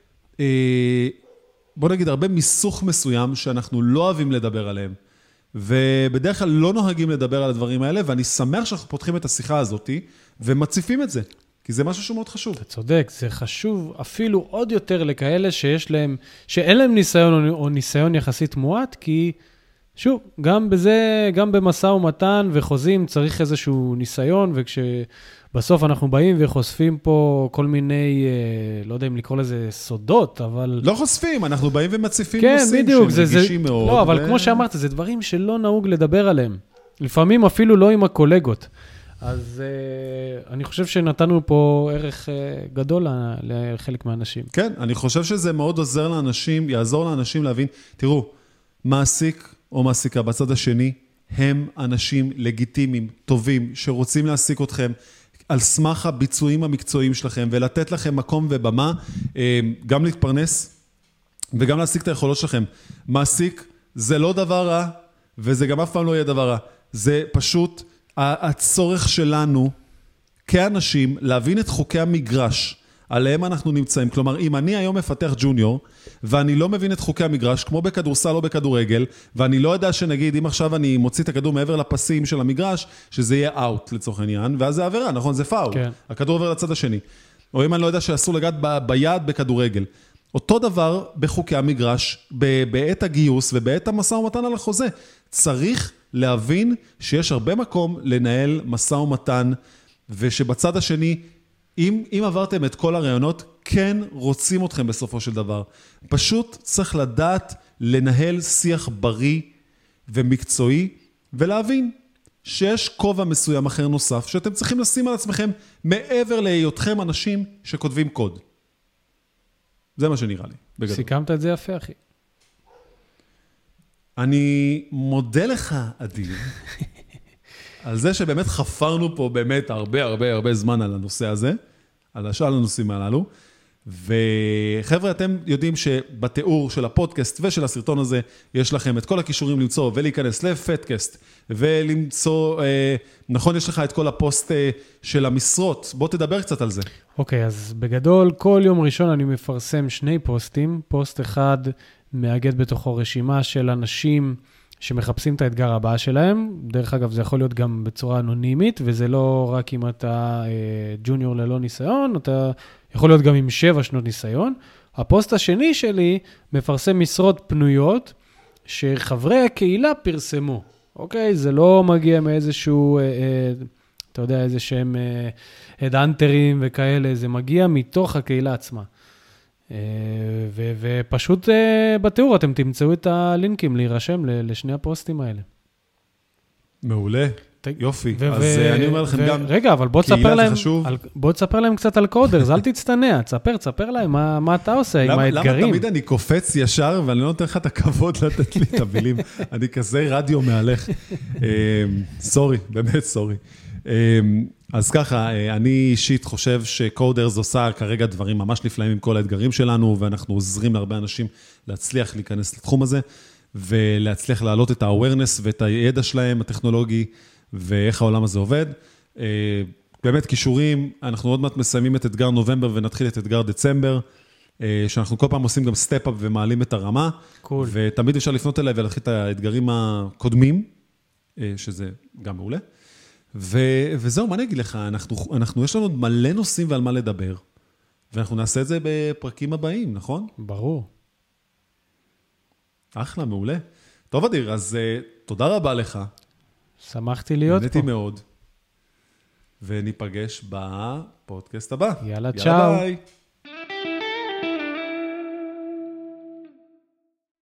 בוא נגיד, הרבה מיסוך מסוים, שאנחנו לא אוהבים לדבר עליהם, ובדרך כלל לא נוהגים לדבר על הדברים האלה, ואני שמח שאנחנו פותחים את השיחה הזאת, ומציפים את זה. כי זה משהו שהוא מאוד חשוב. אתה צודק, זה חשוב אפילו עוד יותר לכאלה שיש להם, שאין להם ניסיון או ניסיון יחסית מועט, כי שוב, גם בזה, גם במשא ומתן וחוזים צריך איזשהו ניסיון, וכשבסוף אנחנו באים וחושפים פה כל מיני, לא יודע אם לקרוא לזה סודות, אבל... לא חושפים, אנחנו באים ומציפים כן, נושאים בדיוק, שהם זה, רגישים זה, מאוד. לא, אבל ו... כמו שאמרת, זה דברים שלא נהוג לדבר עליהם. לפעמים אפילו לא עם הקולגות. אז uh, אני חושב שנתנו פה ערך uh, גדול לחלק מהאנשים. כן, אני חושב שזה מאוד עוזר לאנשים, יעזור לאנשים להבין, תראו, מעסיק או מעסיקה בצד השני, הם אנשים לגיטימיים, טובים, שרוצים להעסיק אתכם על סמך הביצועים המקצועיים שלכם, ולתת לכם מקום ובמה, גם להתפרנס וגם להעסיק את היכולות שלכם. מעסיק זה לא דבר רע, וזה גם אף פעם לא יהיה דבר רע. זה פשוט הצורך שלנו כאנשים להבין את חוקי המגרש עליהם אנחנו נמצאים. כלומר, אם אני היום מפתח ג'וניור, ואני לא מבין את חוקי המגרש, כמו בכדורסל או בכדורגל, ואני לא יודע שנגיד, אם עכשיו אני מוציא את הכדור מעבר לפסים של המגרש, שזה יהיה אאוט לצורך העניין, ואז זה עבירה, נכון? זה פאול. כן. הכדור עובר לצד השני. או אם אני לא יודע שאסור לגעת ב- ביד בכדורגל. אותו דבר בחוקי המגרש, ב- בעת הגיוס ובעת המשא ומתן על החוזה. צריך להבין שיש הרבה מקום לנהל משא ומתן, ושבצד השני, אם, אם עברתם את כל הרעיונות, כן רוצים אתכם בסופו של דבר. פשוט צריך לדעת לנהל שיח בריא ומקצועי, ולהבין שיש כובע מסוים אחר נוסף, שאתם צריכים לשים על עצמכם מעבר להיותכם אנשים שכותבים קוד. זה מה שנראה לי, בגדול. סיכמת את זה יפה, אחי. אני מודה לך, אדיר, על זה שבאמת חפרנו פה באמת הרבה הרבה הרבה זמן על הנושא הזה, על השאל הנושאים הללו, וחבר'ה, אתם יודעים שבתיאור של הפודקאסט ושל הסרטון הזה, יש לכם את כל הכישורים למצוא ולהיכנס לפטקאסט, ולמצוא, אה, נכון, יש לך את כל הפוסט אה, של המשרות, בוא תדבר קצת על זה. אוקיי, אז בגדול, כל יום ראשון אני מפרסם שני פוסטים, פוסט אחד מאגד בתוכו רשימה של אנשים שמחפשים את האתגר הבא שלהם, דרך אגב, זה יכול להיות גם בצורה אנונימית, וזה לא רק אם אתה אה, ג'וניור ללא ניסיון, אתה יכול להיות גם עם שבע שנות ניסיון. הפוסט השני שלי מפרסם משרות פנויות, שחברי הקהילה פרסמו. אוקיי? זה לא מגיע מאיזשהו, אה, אה, אתה יודע, איזה שהם אה, הדאנטרים וכאלה, זה מגיע מתוך הקהילה עצמה. ו- ופשוט בתיאור אתם תמצאו את הלינקים להירשם לשני הפוסטים האלה. מעולה, יופי. ו- אז ו- אני אומר לכם ו- גם, רגע, אבל בוא תספר להם, חשוב. בוא תספר להם קצת על קודרס, אל תצטנע, תספר, תספר להם מה, מה אתה עושה למה, עם האתגרים. למה תמיד אני קופץ ישר ואני לא נותן לך את הכבוד לתת לי את המילים? אני כזה רדיו מהלך. סורי, באמת סורי. אז ככה, אני אישית חושב שקודרס עושה כרגע דברים ממש נפלאים עם כל האתגרים שלנו, ואנחנו עוזרים להרבה אנשים להצליח להיכנס לתחום הזה, ולהצליח להעלות את ה-awareness ואת הידע שלהם, הטכנולוגי, ואיך העולם הזה עובד. באמת קישורים, אנחנו עוד מעט מסיימים את אתגר נובמבר, ונתחיל את אתגר דצמבר, שאנחנו כל פעם עושים גם סטפ-אפ ומעלים את הרמה, קול. ותמיד אפשר לפנות אליי ולהתחיל את האתגרים הקודמים, שזה גם מעולה. ו- וזהו, מה אני אגיד לך? אנחנו, אנחנו, יש לנו מלא נושאים ועל מה לדבר, ואנחנו נעשה את זה בפרקים הבאים, נכון? ברור. אחלה, מעולה. טוב, אדיר, אז uh, תודה רבה לך. שמחתי להיות פה. נהניתי מאוד. וניפגש בפודקאסט הבא. יאללה, צ'או. ביי.